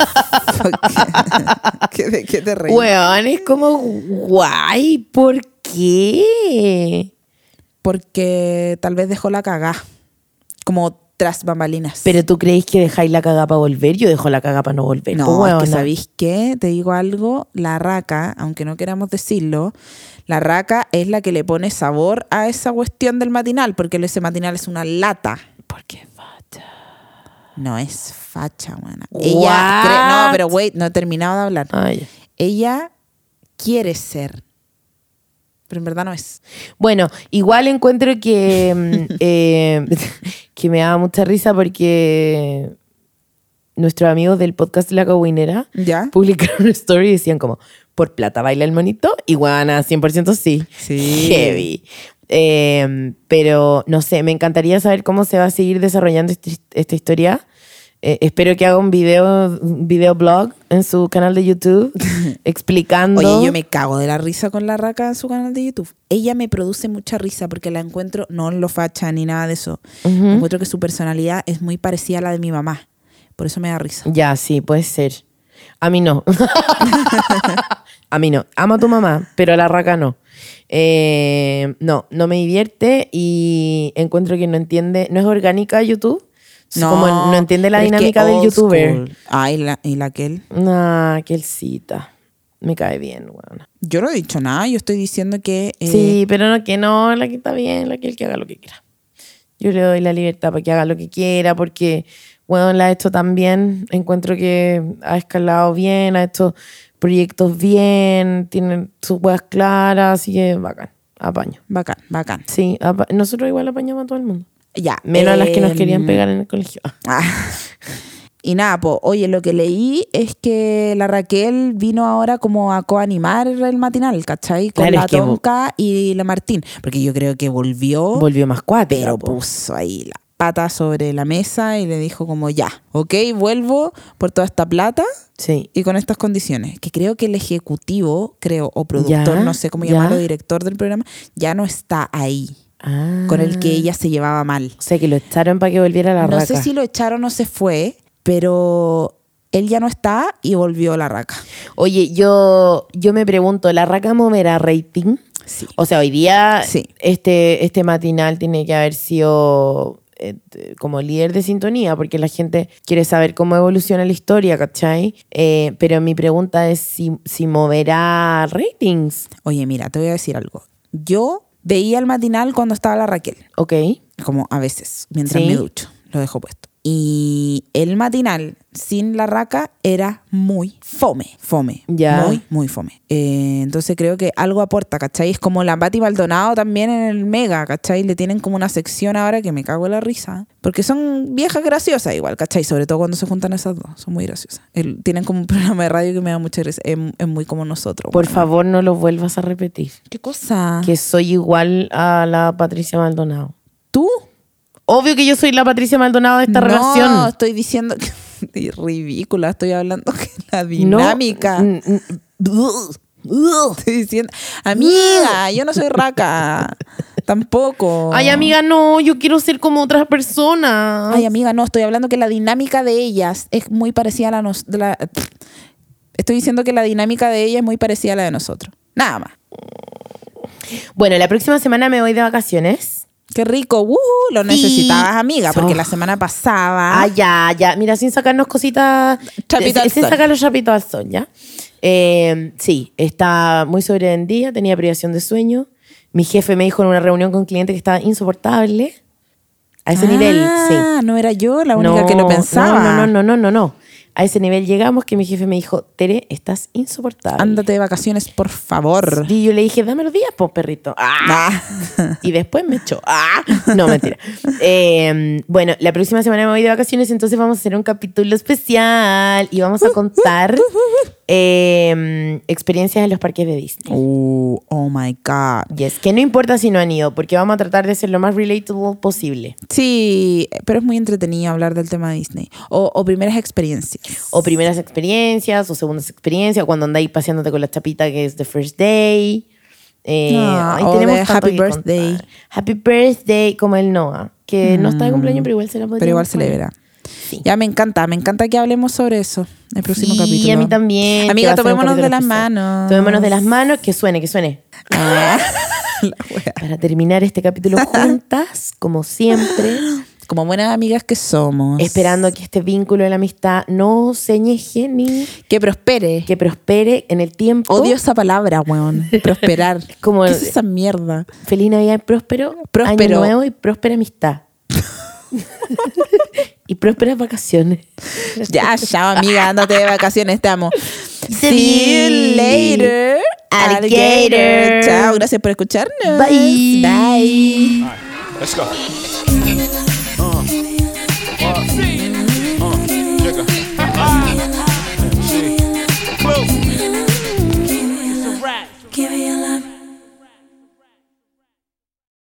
¿Qué, ¿De qué te reís? Weón, es como guay. ¿Por qué? Porque tal vez dejó la cagá. Como tras bambalinas. Pero tú creéis que dejáis la cagada para volver. Yo dejo la cagada para no volver. No, po, es que weona. ¿sabéis qué? Te digo algo, la raca, aunque no queramos decirlo, la raca es la que le pone sabor a esa cuestión del matinal, porque ese matinal es una lata. ¿Por qué facha? No es facha, buena. What? Ella cree, no, pero wait, no he terminado de hablar. Ah, ya. Ella quiere ser, pero en verdad no es. Bueno, igual encuentro que, mm, eh, que me da mucha risa porque nuestros amigos del podcast La Cagüinera ¿Ya? publicaron una story y decían como, ¿por plata baila el monito? Y guana, cien por ciento sí. Sí. Heavy. Eh, pero no sé, me encantaría saber cómo se va a seguir desarrollando este- esta historia. Eh, espero que haga un video, un video blog en su canal de YouTube explicando. Oye, yo me cago de la risa con la raca en su canal de YouTube. Ella me produce mucha risa porque la encuentro, no en lo facha ni nada de eso. Ujú. Encuentro que su personalidad es muy parecida a la de mi mamá. Por eso me da risa. Ya, sí, puede ser. A mí no. A mí no. Amo a tu mamá, pero a la raca no. Eh, no, no me divierte y encuentro que no entiende, no es orgánica YouTube. No, como no entiende la pero es que dinámica del old youtuber. school. Ah, y la, y la aquel. Nah, quelcita. Me cae bien, weón. Yo no he dicho nada, yo estoy diciendo que... eh, Sí, pero no, que no, la que está bien, la que el que haga lo que quiera. Yo le doy la libertad para que haga lo que quiera, porque, bueno, la ha hecho tan bien. Encuentro que ha escalado bien, ha hecho proyectos bien, tiene sus huevas claras, así que bacán, apaño. Bacán, bacán. Sí, apa- nosotros igual apañamos a todo el mundo. Ya. Menos a las que nos em, querían pegar en el colegio. Ah. Y nada, pues, oye, lo que leí es que la Raquel vino ahora como a coanimar el matinal, ¿cachai? Con Claro, la es que vo- Tonka y la Martín. Porque yo creo que volvió, Volvió más cuatro. pero puso ahí la pata sobre la mesa y le dijo como, ya, ok, vuelvo por toda esta plata Sí. y con estas condiciones. Que creo que el ejecutivo, creo, o productor, Ya, no sé cómo ya. llamarlo, director del programa, ya no está ahí, Ah. con el que ella se llevaba mal. O sea, que lo echaron para que volviera la No raca. sé si lo echaron o se fue, pero él ya no está y volvió la raca. Oye, yo, yo me pregunto, ¿la raca moverá rating? Sí. O sea, hoy día Sí. este, este matinal tiene que haber sido eh, como líder de sintonía, porque la gente quiere saber cómo evoluciona la historia, ¿cachai? Eh, pero mi pregunta es si, si moverá ratings. Oye, mira, te voy a decir algo. Yo veía el matinal cuando estaba la Raquel, Ok. como a veces, mientras Sí. me ducho, lo dejo puesto. Y el matinal sin la raca era muy fome, fome, Ya. muy, muy fome. Eh, entonces creo que algo aporta, ¿cachai? Es como la Pati Maldonado también en el Mega, ¿cachai? Le tienen como una sección ahora que me cago en la risa. Porque son viejas graciosas igual, ¿cachai? Sobre todo cuando se juntan esas dos, son muy graciosas. El- tienen como un programa de radio que me da mucha risa, es, es muy como nosotros. Por bueno. favor, no lo vuelvas a repetir. ¿Qué cosa? Que soy igual a la Patricia Maldonado. ¿Tú? Obvio que yo soy la Patricia Maldonado de esta no, relación. No, estoy diciendo que es ridícula, estoy hablando que la dinámica. No, n- n- Estoy diciendo, amiga, yo no soy raca. Tampoco. Ay, amiga, no, yo quiero ser como otras personas. Ay, amiga, no, estoy hablando que la dinámica de ellas es muy parecida a la, nos- de la Estoy diciendo que la dinámica de ella es muy parecida a la de nosotros. Nada más. Bueno, la próxima semana me voy de vacaciones. Qué rico. Uh, lo necesitabas, amiga, porque Oh. la semana pasada. Ah, ya, ya. Mira, sin sacarnos cositas. Chapito al sin sol. sacar los chapitos al sol, ¿ya? Eh, sí, está muy sobrevendida, tenía privación de sueño. Mi jefe me dijo en una reunión con cliente que estaba insoportable. A ese nivel, sí. Ah, no era yo la única que lo No, pensaba. No, no, no, no, no, no. A ese nivel llegamos que mi jefe me dijo, Tere, estás insoportable. Ándate de vacaciones, por favor. Y yo le dije, dame los días, pues, perrito. Ah. Ah. Y después me echó. Ah. No, mentira. Eh, bueno, la próxima semana me voy de vacaciones, entonces vamos a hacer un capítulo especial y vamos a contar Eh, experiencias en los parques de Disney. Uh, oh my God. Yes, que no importa si no han ido, porque vamos a tratar de ser lo más relatable posible. Sí, pero es muy entretenido hablar del tema de Disney. O, o primeras experiencias. O primeras experiencias, o segundas experiencias, cuando andáis paseándote con la chapita que es the first day. Eh, Ah, ahí o tenemos de tanto Happy que Birthday. contar. Happy Birthday, como el Noah, que no está de Mm, cumpleaños, pero igual se la podría Pero igual poner. celebra. Sí. Ya me encanta, me encanta que hablemos sobre eso en el próximo Sí, capítulo. a mí también. que Amiga, va a ser un tomémonos de capítulo las especial. manos. Tomémonos de las manos, que suene, que suene. Ah, la wea. Para terminar este capítulo juntas, como siempre, Como buenas amigas que somos. esperando que este vínculo de la amistad no se añeje ni Que prospere. que prospere en el tiempo. Odio esa palabra, weón. Prosperar. Como ¿Qué el- es esa mierda? Feliz Navidad y próspero, Próspero. año nuevo y próspera amistad. Y prósperas vacaciones. Ya, chao, amiga. Ándate de vacaciones, te amo. See you later, alligator. Chao, gracias por escucharnos. Bye. Bye. All right, let's go.